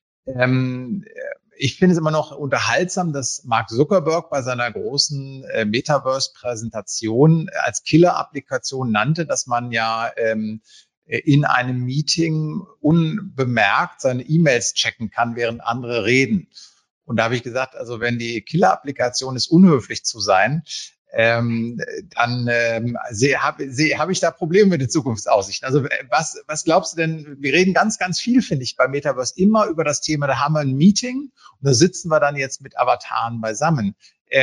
Ich finde es immer noch unterhaltsam, dass Mark Zuckerberg bei seiner großen Metaverse-Präsentation als Killer-Applikation nannte, dass man ja in einem Meeting unbemerkt seine E-Mails checken kann, während andere reden. Und da habe ich gesagt, also wenn die Killer-Applikation ist, unhöflich zu sein, dann habe ich da Probleme mit den Zukunftsaussichten. Also was glaubst du denn? Wir reden ganz, ganz viel, finde ich, bei Metaverse immer über das Thema, da haben wir ein Meeting und da sitzen wir dann jetzt mit Avataren beisammen.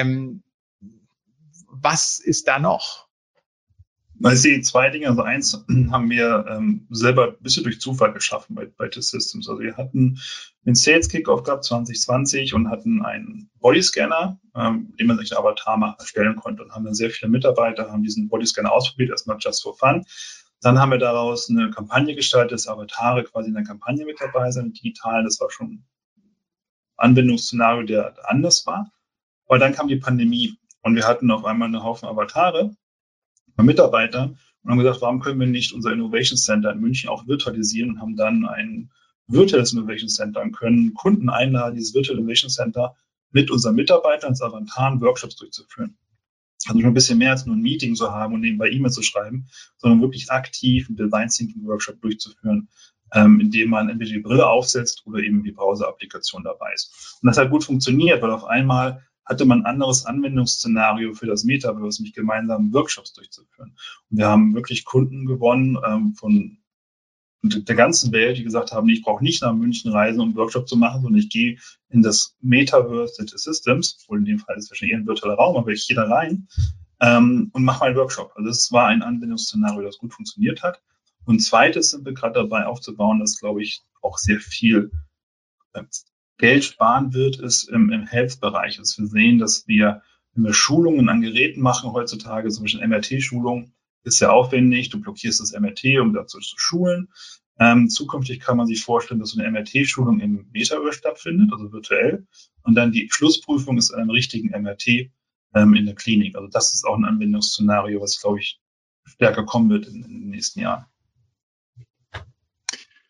Was ist da noch? Ich sehe zwei Dinge. Also eins haben wir selber ein bisschen durch Zufall geschaffen bei T-Systems. Also wir hatten den Sales Kickoff gehabt 2020 und hatten einen Bodyscanner, den man sich einen Avatar mal erstellen konnte, und haben dann sehr viele Mitarbeiter, haben diesen Bodyscanner ausprobiert, erstmal just for fun. Dann haben wir daraus eine Kampagne gestaltet, dass Avatare quasi in der Kampagne mit dabei sind, digital. Das war schon ein Anwendungsszenario, der anders war. Aber dann kam die Pandemie und wir hatten auf einmal einen Haufen Avatare, Mitarbeiter, und haben gesagt, warum können wir nicht unser Innovation Center in München auch virtualisieren, und haben dann ein virtuelles Innovation Center und können Kunden einladen, dieses virtuelle Innovation Center mit unseren Mitarbeitern als Avataren Workshops durchzuführen. Also schon ein bisschen mehr als nur ein Meeting zu haben und nebenbei E-Mail zu schreiben, sondern wirklich aktiv einen Design Thinking Workshop durchzuführen, indem man entweder die Brille aufsetzt oder eben die Browser-Applikation dabei ist. Und das hat gut funktioniert, weil auf einmal hatte man ein anderes Anwendungsszenario für das Metaverse, nämlich gemeinsam Workshops durchzuführen. Und wir haben wirklich Kunden gewonnen von der ganzen Welt, die gesagt haben, ich brauche nicht nach München reisen, um einen Workshop zu machen, sondern ich gehe in das Metaverse der Systems, wohl in dem Fall ist es wahrscheinlich eher ein virtueller Raum, aber ich gehe da rein und mache meinen Workshop. Also es war ein Anwendungsszenario, das gut funktioniert hat. Und zweites sind wir gerade dabei aufzubauen, das, glaube ich, auch sehr viel Geld sparen wird, ist im Health-Bereich. Also wir sehen, dass wenn wir Schulungen an Geräten machen heutzutage, zum Beispiel MRT-Schulung, ist sehr aufwendig. Du blockierst das MRT, um dazu zu schulen. Zukünftig kann man sich vorstellen, dass so eine MRT-Schulung im Metaverse stattfindet, also virtuell. Und dann die Schlussprüfung ist an einem richtigen MRT in der Klinik. Also das ist auch ein Anwendungsszenario, was, glaube ich, stärker kommen wird in den nächsten Jahren.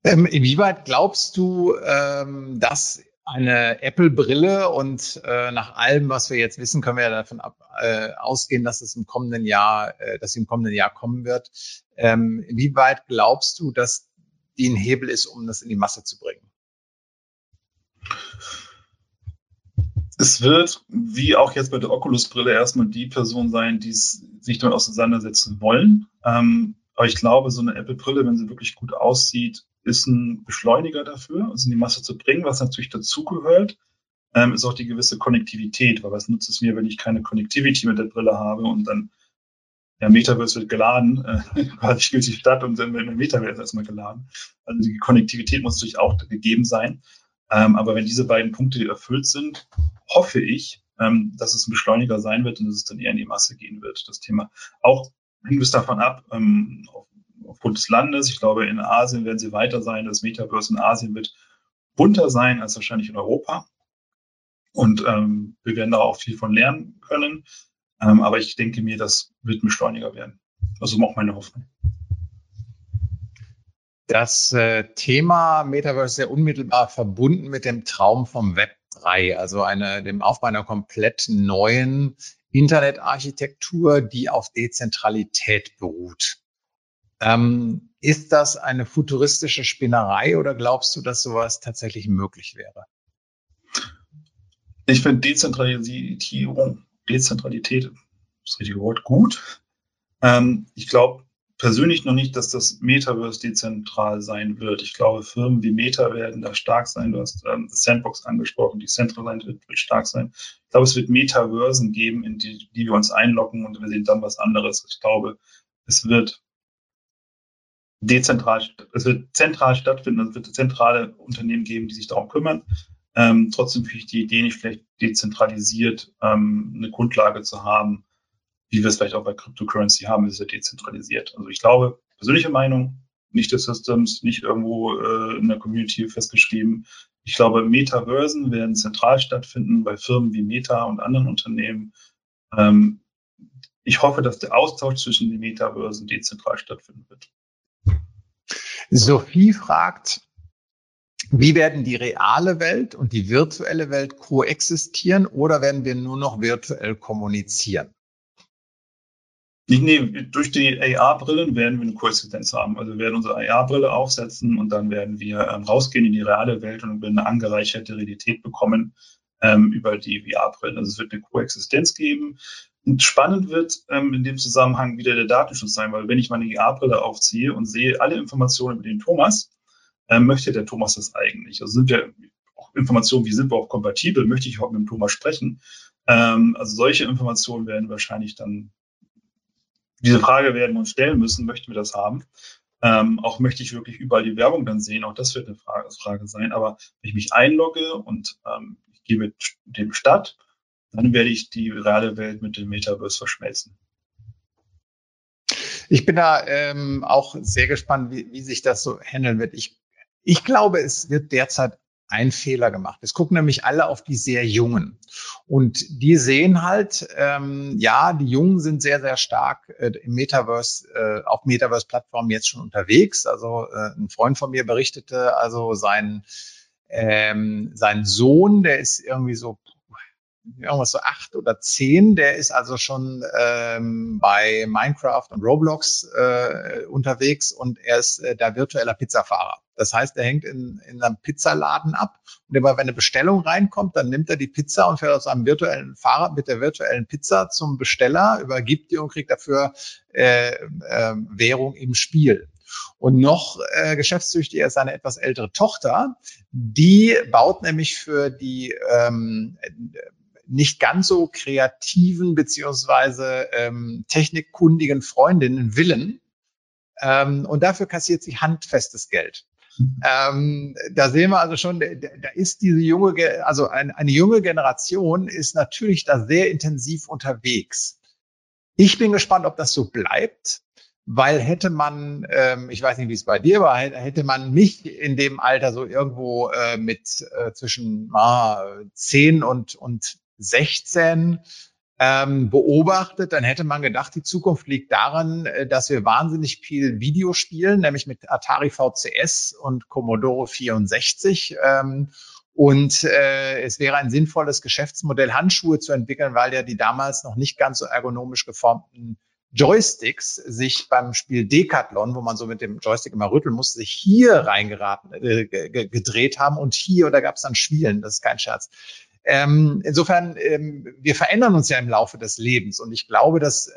Inwieweit glaubst du, dass eine Apple-Brille und nach allem, was wir jetzt wissen, können wir ja davon ausgehen, dass es dass sie im kommenden Jahr kommen wird. Inwieweit glaubst du, dass die ein Hebel ist, um das in die Masse zu bringen? Es wird, wie auch jetzt bei der Oculus-Brille, erstmal die Person sein, die sich damit auseinandersetzen wollen. Aber ich glaube, so eine Apple-Brille, wenn sie wirklich gut aussieht, ist ein Beschleuniger dafür, es in die Masse zu bringen. Was natürlich dazugehört, ist auch die gewisse Konnektivität. Weil was nutzt es mir, wenn ich keine Connectivity mit der Brille habe und dann Metaverse wird geladen, quasi spielt die Stadt und dann wird Metaverse erstmal geladen. Also die Konnektivität muss natürlich auch gegeben sein. Aber wenn diese beiden Punkte erfüllt sind, hoffe ich, dass es ein Beschleuniger sein wird und dass es dann eher in die Masse gehen wird, das Thema. Auch hängt es davon ab, aufgrund des Landes. Ich glaube, in Asien werden sie weiter sein. Das Metaverse in Asien wird bunter sein als wahrscheinlich in Europa. Und wir werden da auch viel von lernen können. Aber ich denke mir, das wird ein Beschleuniger werden. Also auch meine Hoffnung. Das Thema Metaverse ist sehr unmittelbar verbunden mit dem Traum vom Web 3, also dem Aufbau einer komplett neuen Internetarchitektur, die auf Dezentralität beruht. Ist das eine futuristische Spinnerei oder glaubst du, dass sowas tatsächlich möglich wäre? Ich finde Dezentralität, das richtige Wort, gut. Ich glaube persönlich noch nicht, dass das Metaverse dezentral sein wird. Ich glaube, Firmen wie Meta werden da stark sein. Du hast Sandbox angesprochen, die Decentraland wird stark sein. Ich glaube, es wird Metaversen geben, in die wir uns einloggen und wir sehen dann was anderes. Ich glaube, es wird zentral stattfinden, es wird zentrale Unternehmen geben, die sich darum kümmern. Trotzdem finde ich die Idee nicht vielleicht dezentralisiert, eine Grundlage zu haben, wie wir es vielleicht auch bei Cryptocurrency haben, ist ja dezentralisiert. Also ich glaube, persönliche Meinung, nicht des Systems, nicht irgendwo in der Community festgeschrieben. Ich glaube, Metaversen werden zentral stattfinden bei Firmen wie Meta und anderen Unternehmen. Ich hoffe, dass der Austausch zwischen den Metaversen dezentral stattfinden wird. Sophie fragt, wie werden die reale Welt und die virtuelle Welt koexistieren oder werden wir nur noch virtuell kommunizieren? Durch die AR-Brillen werden wir eine Koexistenz haben. Also wir werden unsere AR-Brille aufsetzen und dann werden wir rausgehen in die reale Welt und werden eine angereicherte Realität bekommen über die VR-Brillen. Also es wird eine Koexistenz geben. Und spannend wird in dem Zusammenhang wieder der Datenschutz sein, weil wenn ich meine AR-Brille aufziehe und sehe alle Informationen über den Thomas, möchte der Thomas das eigentlich? Also sind wir auch Informationen, wie sind wir auch kompatibel? Möchte ich auch mit dem Thomas sprechen? Also solche Informationen werden wahrscheinlich dann, diese Frage werden wir uns stellen müssen, möchten wir das haben? Auch möchte ich wirklich überall die Werbung dann sehen? Auch das wird eine Frage sein. Aber wenn ich mich einlogge und ich gehe mit dem Stadt, dann werde ich die reale Welt mit dem Metaverse verschmelzen. Ich bin da auch sehr gespannt, wie sich das so handeln wird. Ich glaube, es wird derzeit ein Fehler gemacht. Es gucken nämlich alle auf die sehr Jungen. Und die sehen halt, die Jungen sind sehr, sehr stark im Metaverse, auf Metaverse-Plattformen jetzt schon unterwegs. Also ein Freund von mir berichtete, also sein Sohn, der ist irgendwie so irgendwas so 8 oder 10, der ist also schon bei Minecraft und Roblox unterwegs und er ist der virtueller Pizzafahrer. Das heißt, er hängt in einem Pizzaladen ab und immer wenn eine Bestellung reinkommt, dann nimmt er die Pizza und fährt aus einem virtuellen Fahrrad mit der virtuellen Pizza zum Besteller, übergibt die und kriegt dafür Währung im Spiel. Und noch geschäftstüchtiger ist seine etwas ältere Tochter, die baut nämlich für die nicht ganz so kreativen beziehungsweise technikkundigen Freundinnen Villen. Und dafür kassiert sie handfestes Geld. Da sehen wir also schon, da ist diese eine junge Generation ist natürlich da sehr intensiv unterwegs. Ich bin gespannt, ob das so bleibt, weil hätte man, ich weiß nicht, wie es bei dir war, hätte man mich in dem Alter so irgendwo mit zwischen 10 und 16 beobachtet, dann hätte man gedacht, die Zukunft liegt daran, dass wir wahnsinnig viel Video spielen, nämlich mit Atari VCS und Commodore 64. Es wäre ein sinnvolles Geschäftsmodell, Handschuhe zu entwickeln, weil ja die damals noch nicht ganz so ergonomisch geformten Joysticks sich beim Spiel Decathlon, wo man so mit dem Joystick immer rütteln musste, sich hier gedreht haben und hier, und da gab es dann Schwielen, das ist kein Scherz. Insofern, wir verändern uns ja im Laufe des Lebens, und ich glaube, dass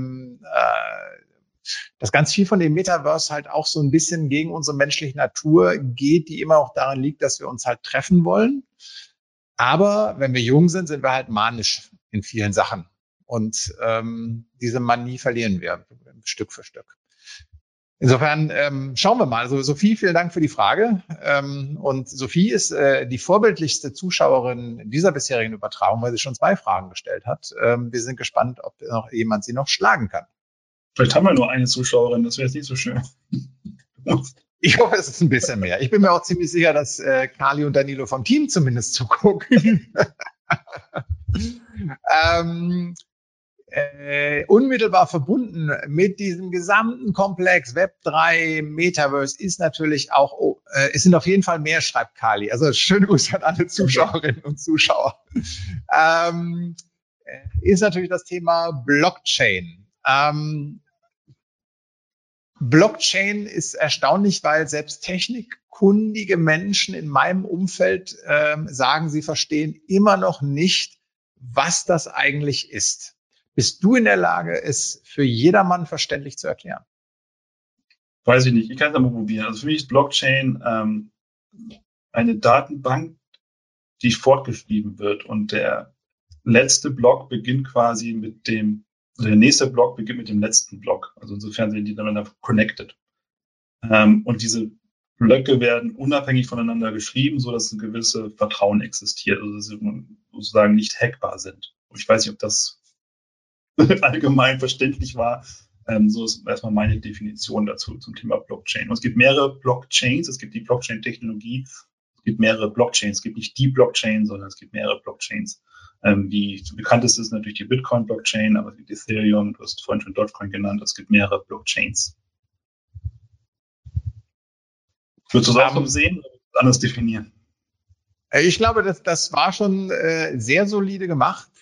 ganz viel von dem Metaverse halt auch so ein bisschen gegen unsere menschliche Natur geht, die immer auch daran liegt, dass wir uns halt treffen wollen. Aber wenn wir jung sind, sind wir halt manisch in vielen Sachen. Und diese Manie verlieren wir Stück für Stück. Insofern schauen wir mal. Also Sophie, vielen Dank für die Frage. Und Sophie ist die vorbildlichste Zuschauerin dieser bisherigen Übertragung, weil sie schon 2 Fragen gestellt hat. Wir sind gespannt, ob noch jemand sie noch schlagen kann. Vielleicht haben wir nur eine Zuschauerin, das wäre jetzt nicht so schön. Ich hoffe, es ist ein bisschen mehr. Ich bin mir auch ziemlich sicher, dass Kali und Danilo vom Team zumindest zugucken. Unmittelbar verbunden mit diesem gesamten Komplex Web3, Metaverse ist natürlich auch, es sind auf jeden Fall mehr, schreibt Kali. Also schöne Grüße an alle Zuschauerinnen und Zuschauer. Ist natürlich das Thema Blockchain. Blockchain ist erstaunlich, weil selbst technikkundige Menschen in meinem Umfeld sagen, sie verstehen immer noch nicht, was das eigentlich ist. Bist du in der Lage, es für jedermann verständlich zu erklären? Weiß ich nicht. Ich kann es mal probieren. Also für mich ist Blockchain eine Datenbank, die fortgeschrieben wird. Und der letzte Block beginnt quasi der nächste Block beginnt mit dem letzten Block. Also insofern sind die miteinander connected. Und diese Blöcke werden unabhängig voneinander geschrieben, so dass ein gewisses Vertrauen existiert. Also dass sie sozusagen nicht hackbar sind. Und ich weiß nicht, ob das allgemein verständlich war. So ist erstmal meine Definition dazu zum Thema Blockchain. Und es gibt mehrere Blockchains. Es gibt die Blockchain-Technologie. Es gibt mehrere Blockchains. Es gibt nicht die Blockchain, sondern es gibt mehrere Blockchains. Die bekannteste ist natürlich die Bitcoin-Blockchain, aber es gibt Ethereum, du hast vorhin schon Dogecoin genannt. Es gibt mehrere Blockchains. Würdest du es auch so sehen oder anders definieren? Ich glaube, das war schon sehr solide gemacht.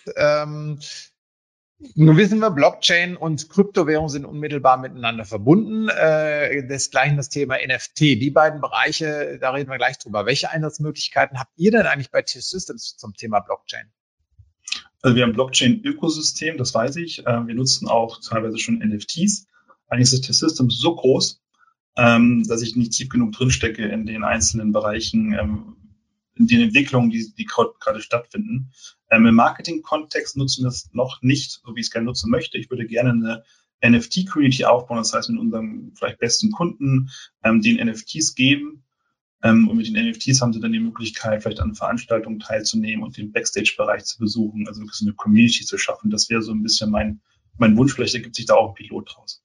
Nun wissen wir, Blockchain und Kryptowährung sind unmittelbar miteinander verbunden. Desgleichen das Thema NFT. Die beiden Bereiche, da reden wir gleich drüber. Welche Einsatzmöglichkeiten habt ihr denn eigentlich bei T-Systems zum Thema Blockchain? Also wir haben ein Blockchain-Ökosystem, das weiß ich. Wir nutzen auch teilweise schon NFTs. Eigentlich ist das T-Systems so groß, dass ich nicht tief genug drinstecke in den einzelnen Bereichen, in den Entwicklungen, die gerade stattfinden. Im Marketing-Kontext nutzen wir es noch nicht, so wie ich es gerne nutzen möchte. Ich würde gerne eine NFT-Community aufbauen, das heißt mit unserem vielleicht besten Kunden den NFTs geben. Und mit den NFTs haben sie dann die Möglichkeit, vielleicht an Veranstaltungen teilzunehmen und den Backstage-Bereich zu besuchen, also wirklich so eine Community zu schaffen. Das wäre so ein bisschen mein Wunsch. Vielleicht ergibt sich da auch ein Pilot draus.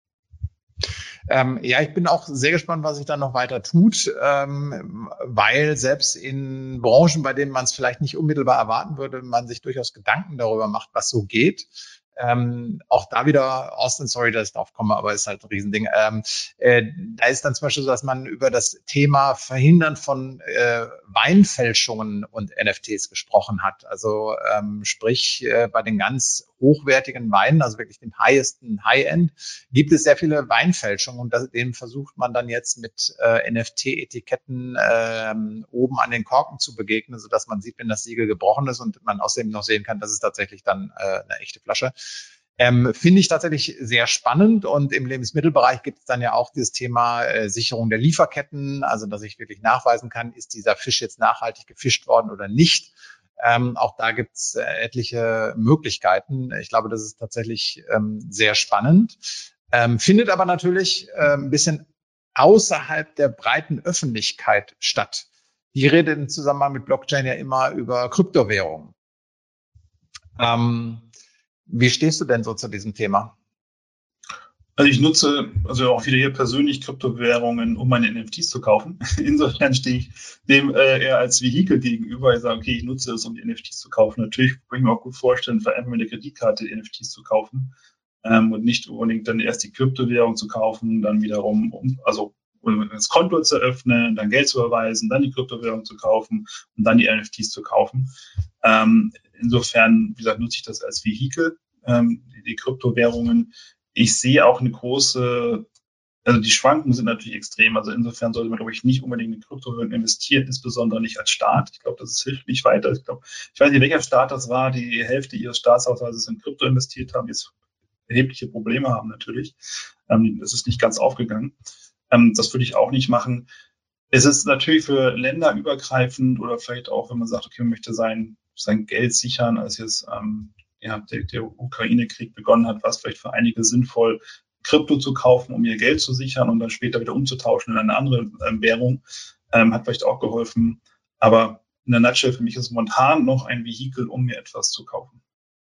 Ja, ich bin auch sehr gespannt, was sich da noch weiter tut, weil selbst in Branchen, bei denen man es vielleicht nicht unmittelbar erwarten würde, man sich durchaus Gedanken darüber macht, was so geht. Auch da wieder, Austin, sorry, dass ich drauf komme, aber ist halt ein Riesending. Da ist dann zum Beispiel so, dass man über das Thema Verhindern von Weinfälschungen und NFTs gesprochen hat. Also sprich, bei den ganz hochwertigen Weinen, also wirklich dem High-End, gibt es sehr viele Weinfälschungen, und dem versucht man dann jetzt mit NFT-Etiketten oben an den Korken zu begegnen, sodass man sieht, wenn das Siegel gebrochen ist, und man außerdem noch sehen kann, dass es tatsächlich dann eine echte Flasche. Finde ich tatsächlich sehr spannend, und im Lebensmittelbereich gibt es dann ja auch dieses Thema Sicherung der Lieferketten, also dass ich wirklich nachweisen kann, ist dieser Fisch jetzt nachhaltig gefischt worden oder nicht. Auch da gibt es etliche Möglichkeiten. Ich glaube, das ist tatsächlich sehr spannend. Findet aber natürlich ein bisschen außerhalb der breiten Öffentlichkeit statt. Die redet im Zusammenhang mit Blockchain ja immer über Kryptowährungen. Wie stehst du denn so zu diesem Thema? Also ich nutze also auch wieder hier persönlich Kryptowährungen, um meine NFTs zu kaufen. Insofern stehe ich dem eher als Vehikel gegenüber. Ich sage, okay, ich nutze es, um die NFTs zu kaufen. Natürlich kann ich mir auch gut vorstellen, für einfach mit der Kreditkarte die NFTs zu kaufen und nicht unbedingt dann erst die Kryptowährung zu kaufen, dann wiederum, um das Konto zu öffnen, dann Geld zu überweisen, dann die Kryptowährung zu kaufen und dann die NFTs zu kaufen. Insofern, wie gesagt, nutze ich das als Vehikel, die Kryptowährungen. Ich sehe auch also die Schwankungen sind natürlich extrem. Also insofern sollte man, glaube ich, nicht unbedingt in Kryptowährungen investieren, insbesondere nicht als Staat. Ich glaube, das hilft nicht weiter. Ich weiß nicht, welcher Staat das war, die die Hälfte ihres Staatshaushaltes in Krypto investiert haben, jetzt erhebliche Probleme haben natürlich. Das ist nicht ganz aufgegangen. Das würde ich auch nicht machen. Es ist natürlich für Länder übergreifend oder vielleicht auch, wenn man sagt, okay, man möchte sein Geld sichern, als jetzt der Ukraine-Krieg begonnen hat, war es vielleicht für einige sinnvoll, Krypto zu kaufen, um ihr Geld zu sichern und dann später wieder umzutauschen in eine andere Währung. Hat vielleicht auch geholfen. Aber in der Nutshell für mich ist es momentan noch ein Vehikel, um mir etwas zu kaufen.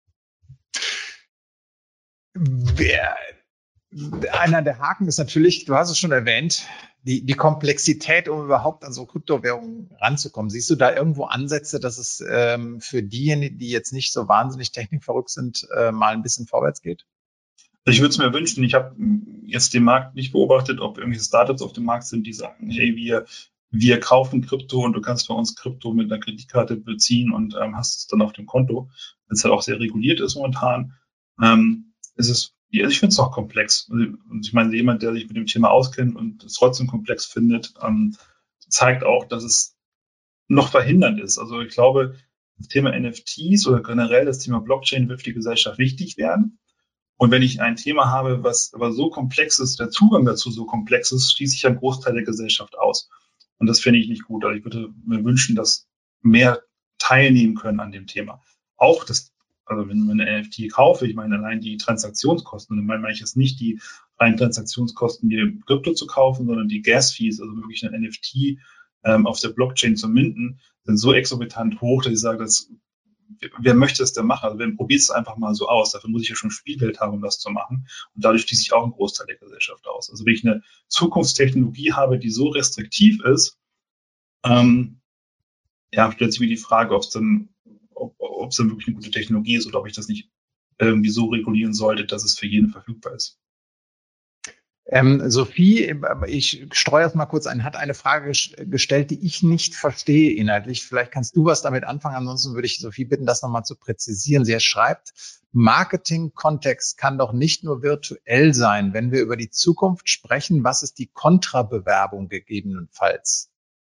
Einer der Haken ist natürlich, du hast es schon erwähnt, die Komplexität, um überhaupt an so Kryptowährungen ranzukommen. Siehst du da irgendwo Ansätze, dass es für diejenigen, die jetzt nicht so wahnsinnig technikverrückt sind, mal ein bisschen vorwärts geht? Ich würde es mir wünschen. Ich habe jetzt den Markt nicht beobachtet, ob irgendwelche Startups auf dem Markt sind, die sagen, hey, wir kaufen Krypto und du kannst bei uns Krypto mit einer Kreditkarte beziehen und hast es dann auf dem Konto. Wenn es halt auch sehr reguliert ist momentan, ich finde es auch komplex. Und ich meine, jemand, der sich mit dem Thema auskennt und es trotzdem komplex findet, zeigt auch, dass es noch verhindernd ist. Also ich glaube, das Thema NFTs oder generell das Thema Blockchain wird für die Gesellschaft wichtig werden. Und wenn ich ein Thema habe, was aber so komplex ist, der Zugang dazu so komplex ist, schließe ich einen Großteil der Gesellschaft aus. Und das finde ich nicht gut. Also ich würde mir wünschen, dass mehr teilnehmen können an dem Thema. Also wenn man eine NFT kaufe, ich meine allein die Transaktionskosten, und dann meine ich jetzt nicht die reinen Transaktionskosten, die Krypto zu kaufen, sondern die Gas-Fees, also wirklich eine NFT auf der Blockchain zu minden, sind so exorbitant hoch, dass ich sage, wer möchte es denn machen? Also wer probiert es einfach mal so aus? Dafür muss ich ja schon Spielgeld haben, um das zu machen. Und dadurch schließe ich auch einen Großteil der Gesellschaft aus. Also wenn ich eine Zukunftstechnologie habe, die so restriktiv ist, stellt sich mir die Frage, ob es dann wirklich eine gute Technologie ist oder ob ich das nicht irgendwie so regulieren sollte, dass es für jeden verfügbar ist. Sophie, ich streue das mal kurz ein, hat eine Frage gestellt, die ich nicht verstehe inhaltlich. Vielleicht kannst du was damit anfangen. Ansonsten würde ich Sophie bitten, das nochmal zu präzisieren. Sie schreibt, Marketing-Kontext kann doch nicht nur virtuell sein. Wenn wir über die Zukunft sprechen, was ist die Kontrabewerbung gegebenenfalls?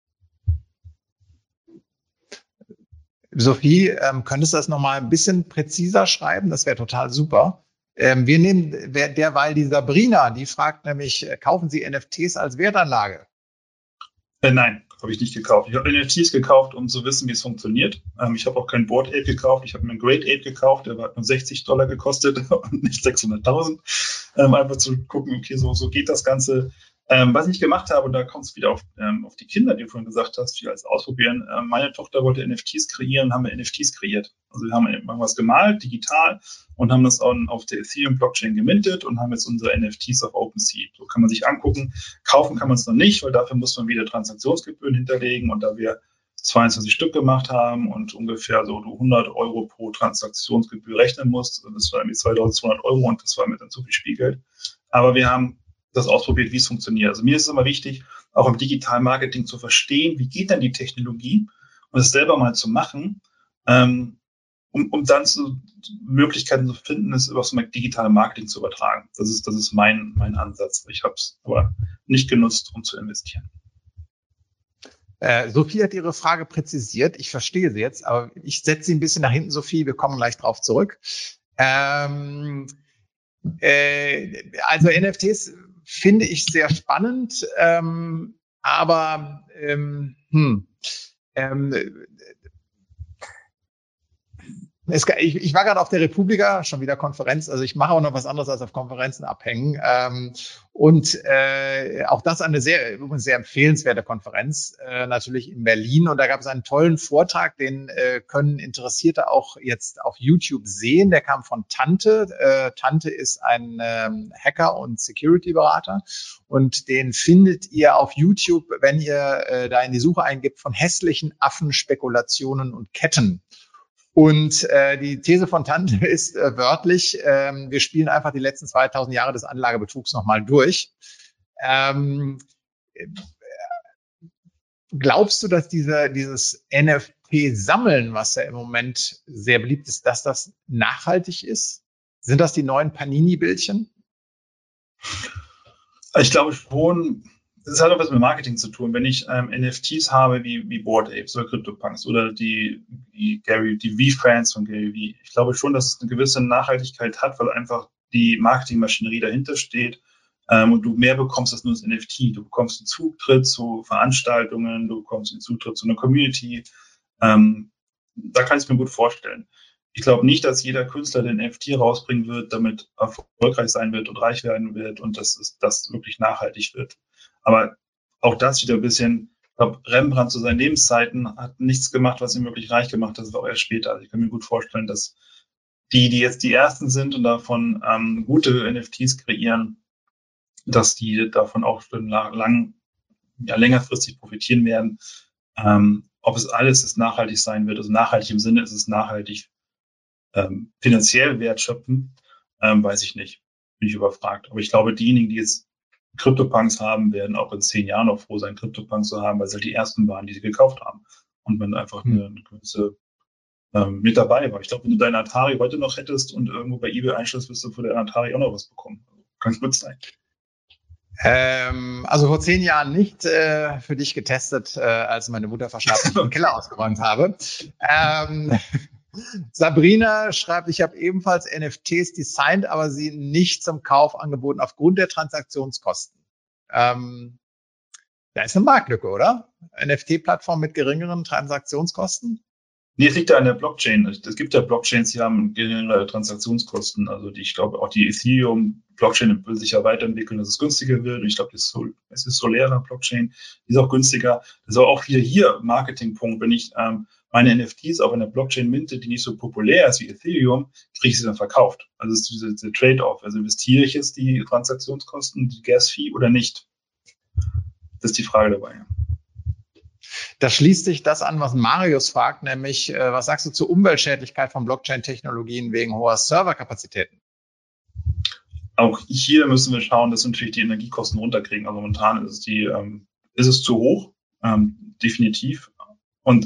Sophie, könntest du das nochmal ein bisschen präziser schreiben? Das wäre total super. Wir nehmen derweil die Sabrina, die fragt nämlich, kaufen Sie NFTs als Wertanlage? Nein, habe ich nicht gekauft. Ich habe NFTs gekauft, um zu wissen, wie es funktioniert. Ich habe auch kein Bored Ape gekauft. Ich habe mir einen Great Ape gekauft, der hat nur $60 gekostet und nicht 600.000. Einfach zu gucken, okay, so geht das Ganze. Was ich gemacht habe, und da kommt es wieder auf die Kinder, die du vorhin gesagt hast, viel als ausprobieren. Meine Tochter wollte NFTs kreieren, haben wir NFTs kreiert. Also wir haben irgendwas gemalt, digital, und haben das auf der Ethereum-Blockchain gemintet und haben jetzt unsere NFTs auf OpenSea. So kann man sich angucken. Kaufen kann man es noch nicht, weil dafür muss man wieder Transaktionsgebühren hinterlegen. Und da wir 22 Stück gemacht haben und ungefähr so 100 € pro Transaktionsgebühr rechnen musst, das war irgendwie 2.200 € und das war mir dann zu viel Spielgeld. Aber wir haben das ausprobiert, wie es funktioniert. Also mir ist es immer wichtig, auch im digitalen Marketing zu verstehen, wie geht denn die Technologie und es selber mal zu machen, um dann Möglichkeiten zu finden, es über das digitale Marketing zu übertragen. Das ist mein Ansatz. Ich habe es aber nicht genutzt, um zu investieren. Sophie hat ihre Frage präzisiert. Ich verstehe sie jetzt, aber ich setze sie ein bisschen nach hinten, Sophie. Wir kommen gleich drauf zurück. Also NFTs finde ich sehr spannend, Ich war gerade auf der Republika, schon wieder Konferenz, also ich mache auch noch was anderes als auf Konferenzen abhängen. Auch das eine sehr empfehlenswerte Konferenz, natürlich in Berlin. Und da gab es einen tollen Vortrag, den können Interessierte auch jetzt auf YouTube sehen. Der kam von Tante. Tante ist ein Hacker und Security-Berater. Und den findet ihr auf YouTube, wenn ihr da in die Suche eingibt, von hässlichen Affen, Spekulationen und Ketten. Und die These von Tante ist wörtlich, wir spielen einfach die letzten 2000 Jahre des Anlagebetrugs nochmal durch. Glaubst du, dass dieses NFT-Sammeln, was ja im Moment sehr beliebt ist, dass das nachhaltig ist? Sind das die neuen Panini-Bildchen? Ich glaube schon. Das hat auch was mit Marketing zu tun. Wenn ich NFTs habe wie Bored Apes oder CryptoPunks oder die V-Fans von Gary V, ich glaube schon, dass es eine gewisse Nachhaltigkeit hat, weil einfach die Marketingmaschinerie dahinter steht und du mehr bekommst als nur das NFT. Du bekommst einen Zutritt zu Veranstaltungen, du bekommst einen Zutritt zu einer Community. Da kann ich es mir gut vorstellen. Ich glaube nicht, dass jeder Künstler den NFT rausbringen wird, damit erfolgreich sein wird und reich werden wird und dass das wirklich nachhaltig wird. Aber auch das wieder ein bisschen, ich glaube, Rembrandt zu seinen Lebenszeiten hat nichts gemacht, was ihn wirklich reich gemacht hat. Das war auch erst später. Also ich kann mir gut vorstellen, dass die jetzt die Ersten sind und davon gute NFTs kreieren, dass die davon auch längerfristig profitieren werden. Ob es alles nachhaltig sein wird, also nachhaltig im Sinne, ist es nachhaltig finanziell Wert schöpfen, weiß ich nicht. Bin ich überfragt. Aber ich glaube, diejenigen, die jetzt CryptoPunks haben, werden auch in 10 Jahren noch froh sein, CryptoPunks zu haben, weil sie halt die ersten waren, die sie gekauft haben. Und wenn einfach eine gewisse mit dabei war. Ich glaube, wenn du deinen Atari heute noch hättest und irgendwo bei eBay einstellst, wirst du für den Atari auch noch was bekommen. Kann gut sein. Also vor 10 Jahren nicht für dich getestet, als meine Mutter verstarb und den Keller ausgeräumt habe. Sabrina schreibt, ich habe ebenfalls NFTs designt, aber sie nicht zum Kauf angeboten aufgrund der Transaktionskosten. Da ist eine Marktlücke, oder? NFT-Plattform mit geringeren Transaktionskosten? Nee, es liegt ja an der Blockchain. Es gibt ja Blockchains, die haben geringere Transaktionskosten. Also ich glaube, auch die Ethereum-Blockchain will sich ja weiterentwickeln, dass es günstiger wird. Und ich glaube, es ist Solera-Blockchain, die ist auch günstiger. Das ist auch hier Marketingpunkt. Wenn ich meine NFTs auf einer Blockchain minte, die nicht so populär ist wie Ethereum, kriege ich sie dann verkauft. Also es ist dieser Trade-off. Also investiere ich jetzt die Transaktionskosten, die Gas-Fee oder nicht? Das ist die Frage dabei. Da schließt sich das an, was Marius fragt, nämlich, was sagst du zur Umweltschädlichkeit von Blockchain-Technologien wegen hoher Serverkapazitäten? Auch hier müssen wir schauen, dass wir natürlich die Energiekosten runterkriegen. Also momentan ist es zu hoch, definitiv. Und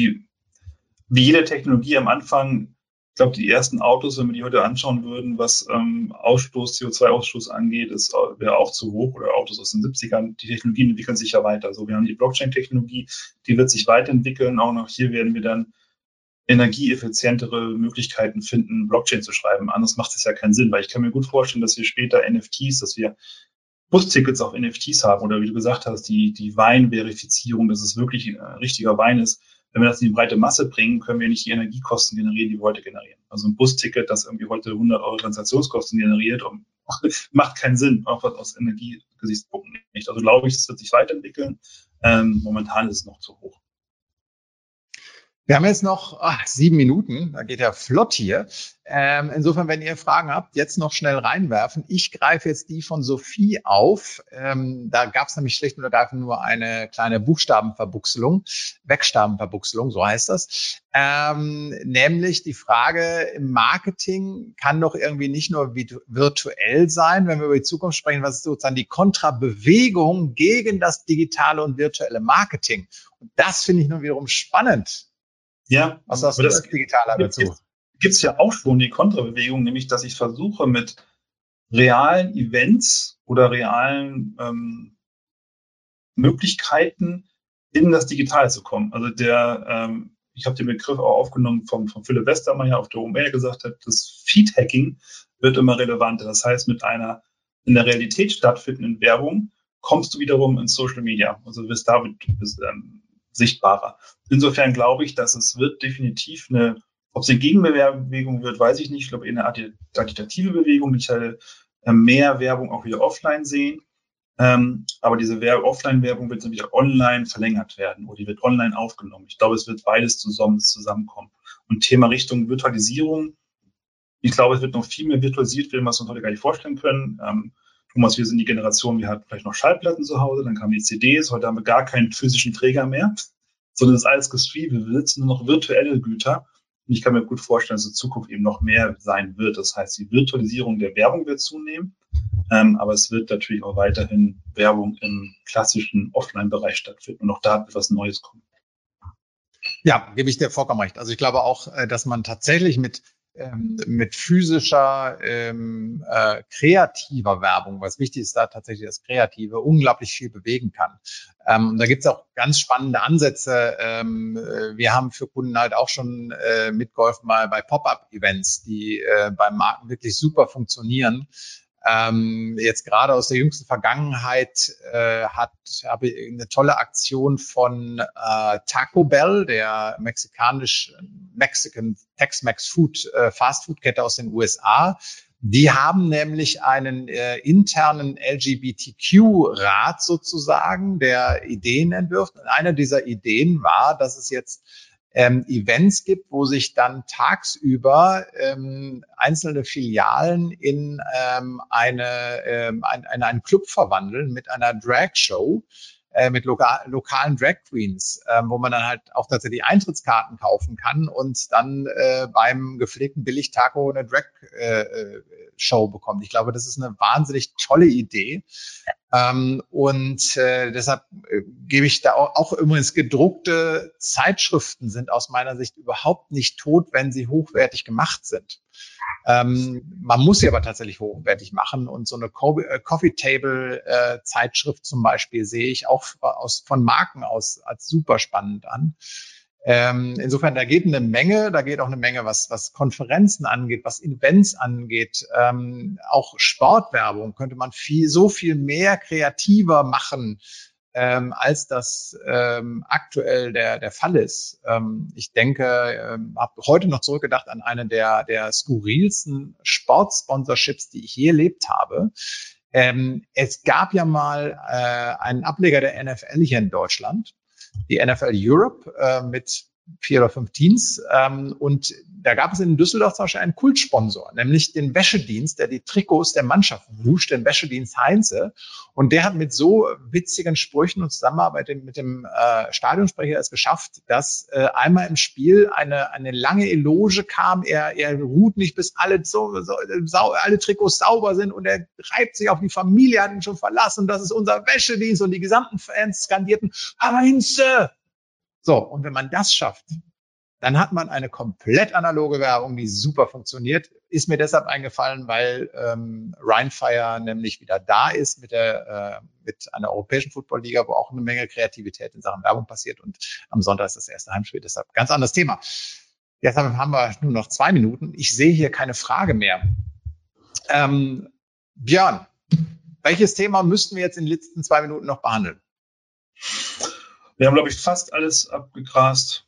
wie jede Technologie am Anfang, ich glaube, die ersten Autos, wenn wir die heute anschauen würden, was CO2-Ausstoß angeht, wäre auch zu hoch, oder Autos aus den 70ern. Die Technologien entwickeln sich ja weiter. Also wir haben die Blockchain-Technologie, die wird sich weiterentwickeln. Auch noch hier werden wir dann energieeffizientere Möglichkeiten finden, Blockchain zu schreiben. Anders macht es ja keinen Sinn, weil ich kann mir gut vorstellen, dass wir später dass wir Bustickets auf NFTs haben, oder wie du gesagt hast, die Weinverifizierung, dass es wirklich richtiger Wein ist. Wenn wir das in die breite Masse bringen, können wir nicht die Energiekosten generieren, die wir heute generieren. Also ein Busticket, das irgendwie heute 100 € Transaktionskosten generiert, macht keinen Sinn, auch aus Energiegesichtspunkten nicht. Also glaube ich, es wird sich weiterentwickeln. Momentan ist es noch zu hoch. Wir haben jetzt noch 7 Minuten, da geht ja flott hier. Insofern, wenn ihr Fragen habt, jetzt noch schnell reinwerfen. Ich greife jetzt die von Sophie auf. Da gab es nämlich schlicht und ergreifend nur eine kleine Buchstabenverbuchselung, Wegstabenverbuchselung, so heißt das. Nämlich die Frage, im Marketing kann doch irgendwie nicht nur virtuell sein, wenn wir über die Zukunft sprechen, was ist sozusagen die Kontrabewegung gegen das digitale und virtuelle Marketing? Und das finde ich nun wiederum spannend. Ja, was hast du als Digitaler dazu? Gibt es ja auch schon die Kontrabewegung, nämlich dass ich versuche, mit realen Events oder realen Möglichkeiten in das Digitale zu kommen. Also ich habe den Begriff auch aufgenommen von Philipp Westermeier auf der OMR, gesagt hat, das Feed-Hacking wird immer relevanter. Das heißt, mit einer in der Realität stattfindenden Werbung kommst du wiederum ins Social Media. Also wirst damit sichtbarer. Insofern glaube ich, dass es wird definitiv eine Ob es eine Gegenbewegung wird, weiß ich nicht. Ich glaube, eher eine additive Bewegung. Ich werde mehr Werbung auch wieder offline sehen. Aber diese Offline-Werbung wird dann wieder online verlängert werden oder die wird online aufgenommen. Ich glaube, es wird beides zusammenkommen. Und Thema Richtung Virtualisierung. Ich glaube, es wird noch viel mehr virtualisiert werden, was wir uns heute gar nicht vorstellen können. Thomas, wir sind die Generation, wir hatten vielleicht noch Schallplatten zu Hause, dann kamen die CDs. Heute haben wir gar keinen physischen Träger mehr, sondern es ist alles gestreamt. Wir besitzen nur noch virtuelle Güter. Und ich kann mir gut vorstellen, dass in Zukunft eben noch mehr sein wird. Das heißt, die Virtualisierung der Werbung wird zunehmen. Aber es wird natürlich auch weiterhin Werbung im klassischen Offline-Bereich stattfinden und auch da wird was Neues kommen. Ja, gebe ich dir vollkommen recht. Also ich glaube auch, dass man tatsächlich mit physischer, kreativer Werbung, was wichtig ist da tatsächlich das Kreative, unglaublich viel bewegen kann. Da gibt's auch ganz spannende Ansätze. Wir haben für Kunden halt auch schon mitgeholfen bei Pop-up-Events, die beim Marken wirklich super funktionieren. Jetzt gerade aus der jüngsten Vergangenheit habe ich eine tolle Aktion von Taco Bell, der Mexican Tex-Mex Food Fast Food Kette aus den USA. Die haben nämlich einen internen LGBTQ-Rat sozusagen, der Ideen entwirft. Und eine dieser Ideen war, dass es jetzt Events gibt, wo sich dann tagsüber einzelne Filialen in einen Club verwandeln mit einer Drag-Show, mit lokalen Drag Queens, wo man dann halt auch tatsächlich Eintrittskarten kaufen kann und dann beim gepflegten Billig-Taco eine Drag-Show bekommt. Ich glaube, das ist eine wahnsinnig tolle Idee. Deshalb gebe ich da auch übrigens gedruckte Zeitschriften sind aus meiner Sicht überhaupt nicht tot, wenn sie hochwertig gemacht sind. Man muss sie aber tatsächlich hochwertig machen und so eine Coffee Table Zeitschrift zum Beispiel sehe ich auch von Marken aus als super spannend an. Insofern, da geht auch eine Menge, was Konferenzen angeht, was Events angeht, auch Sportwerbung könnte man so viel mehr kreativer machen, als das aktuell der Fall ist. Ich denke, habe heute noch zurückgedacht an eine der skurrilsten Sportsponsorships, die ich je erlebt habe. Es gab ja mal einen Ableger der NFL hier in Deutschland, die NFL Europe mit 4 oder 5 Teams. Und da gab es in Düsseldorf zum Beispiel einen Kultsponsor, nämlich den Wäschedienst, der die Trikots der Mannschaft wusch, den Wäschedienst Heinze. Und der hat mit so witzigen Sprüchen und Zusammenarbeit mit dem Stadionsprecher es geschafft, dass einmal im Spiel eine lange Eloge kam. Er ruht nicht, bis alle Trikots sauber sind und er reibt sich auf die Familie, hat ihn schon verlassen. Das ist unser Wäschedienst und die gesamten Fans skandierten Heinze. So, und wenn man das schafft, dann hat man eine komplett analoge Werbung, die super funktioniert. Ist mir deshalb eingefallen, weil Rheinfire nämlich wieder da ist mit einer europäischen Football-Liga, wo auch eine Menge Kreativität in Sachen Werbung passiert. Und am Sonntag ist das erste Heimspiel, deshalb ganz anderes Thema. Deshalb haben wir nur noch 2 Minuten. Ich sehe hier keine Frage mehr. Björn, welches Thema müssten wir jetzt in den letzten 2 Minuten noch behandeln? Wir haben, glaube ich, fast alles abgegrast.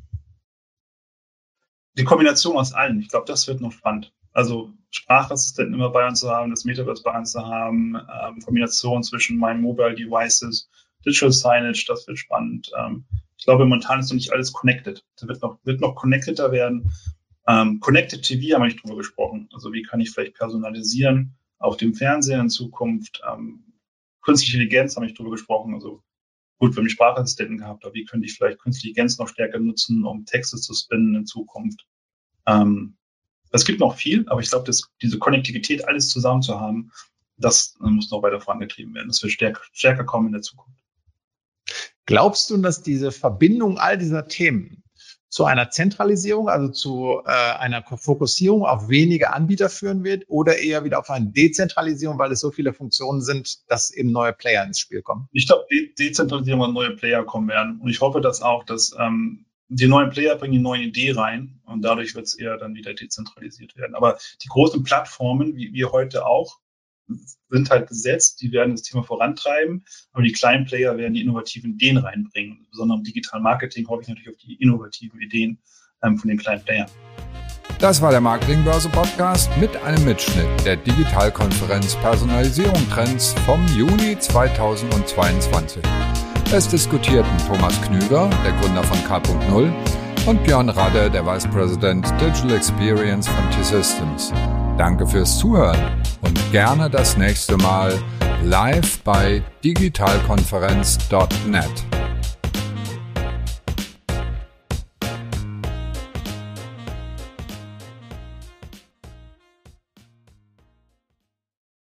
Die Kombination aus allen, ich glaube, das wird noch spannend. Also Sprachassistenten immer bei uns zu haben, das Metaverse bei uns zu haben, Kombination zwischen meinen Mobile Devices, Digital Signage, das wird spannend. Ich glaube, momentan ist noch nicht alles connected. Das wird noch connecteder werden. Connected TV haben wir nicht drüber gesprochen. Also wie kann ich vielleicht personalisieren auf dem Fernseher in Zukunft? Künstliche Intelligenz haben wir nicht drüber gesprochen. Also gut, wir haben die Sprachassistenten gehabt, aber wie könnte ich vielleicht künstliche Intelligenz noch stärker nutzen, um Texte zu spinnen in Zukunft? Es gibt noch viel, aber ich glaube, diese Konnektivität, alles zusammen zu haben, das muss noch weiter vorangetrieben werden. Das wird stärker kommen in der Zukunft. Glaubst du, dass diese Verbindung all dieser Themen zu einer Zentralisierung, also zu einer Fokussierung auf wenige Anbieter führen wird oder eher wieder auf eine Dezentralisierung, weil es so viele Funktionen sind, dass eben neue Player ins Spiel kommen? Ich glaube, Dezentralisierung und neue Player kommen werden. Und ich hoffe, dass die neuen Player bringen die neue Idee rein und dadurch wird es eher dann wieder dezentralisiert werden. Aber die großen Plattformen, wie wir heute auch, sind halt gesetzt, die werden das Thema vorantreiben, aber die kleinen Player werden die innovativen Ideen reinbringen. Besonders im digitalen Marketing hoffe ich natürlich auf die innovativen Ideen von den kleinen Playern. Das war der Marketingbörse Podcast mit einem Mitschnitt der Digitalkonferenz Personalisierung Trends vom Juni 2022. Es diskutierten Thomas Knüver, der Gründer von K.0, und Björn Radde, der Vice President Digital Experience von T-Systems. Danke fürs Zuhören und gerne das nächste Mal live bei digitalkonferenz.net.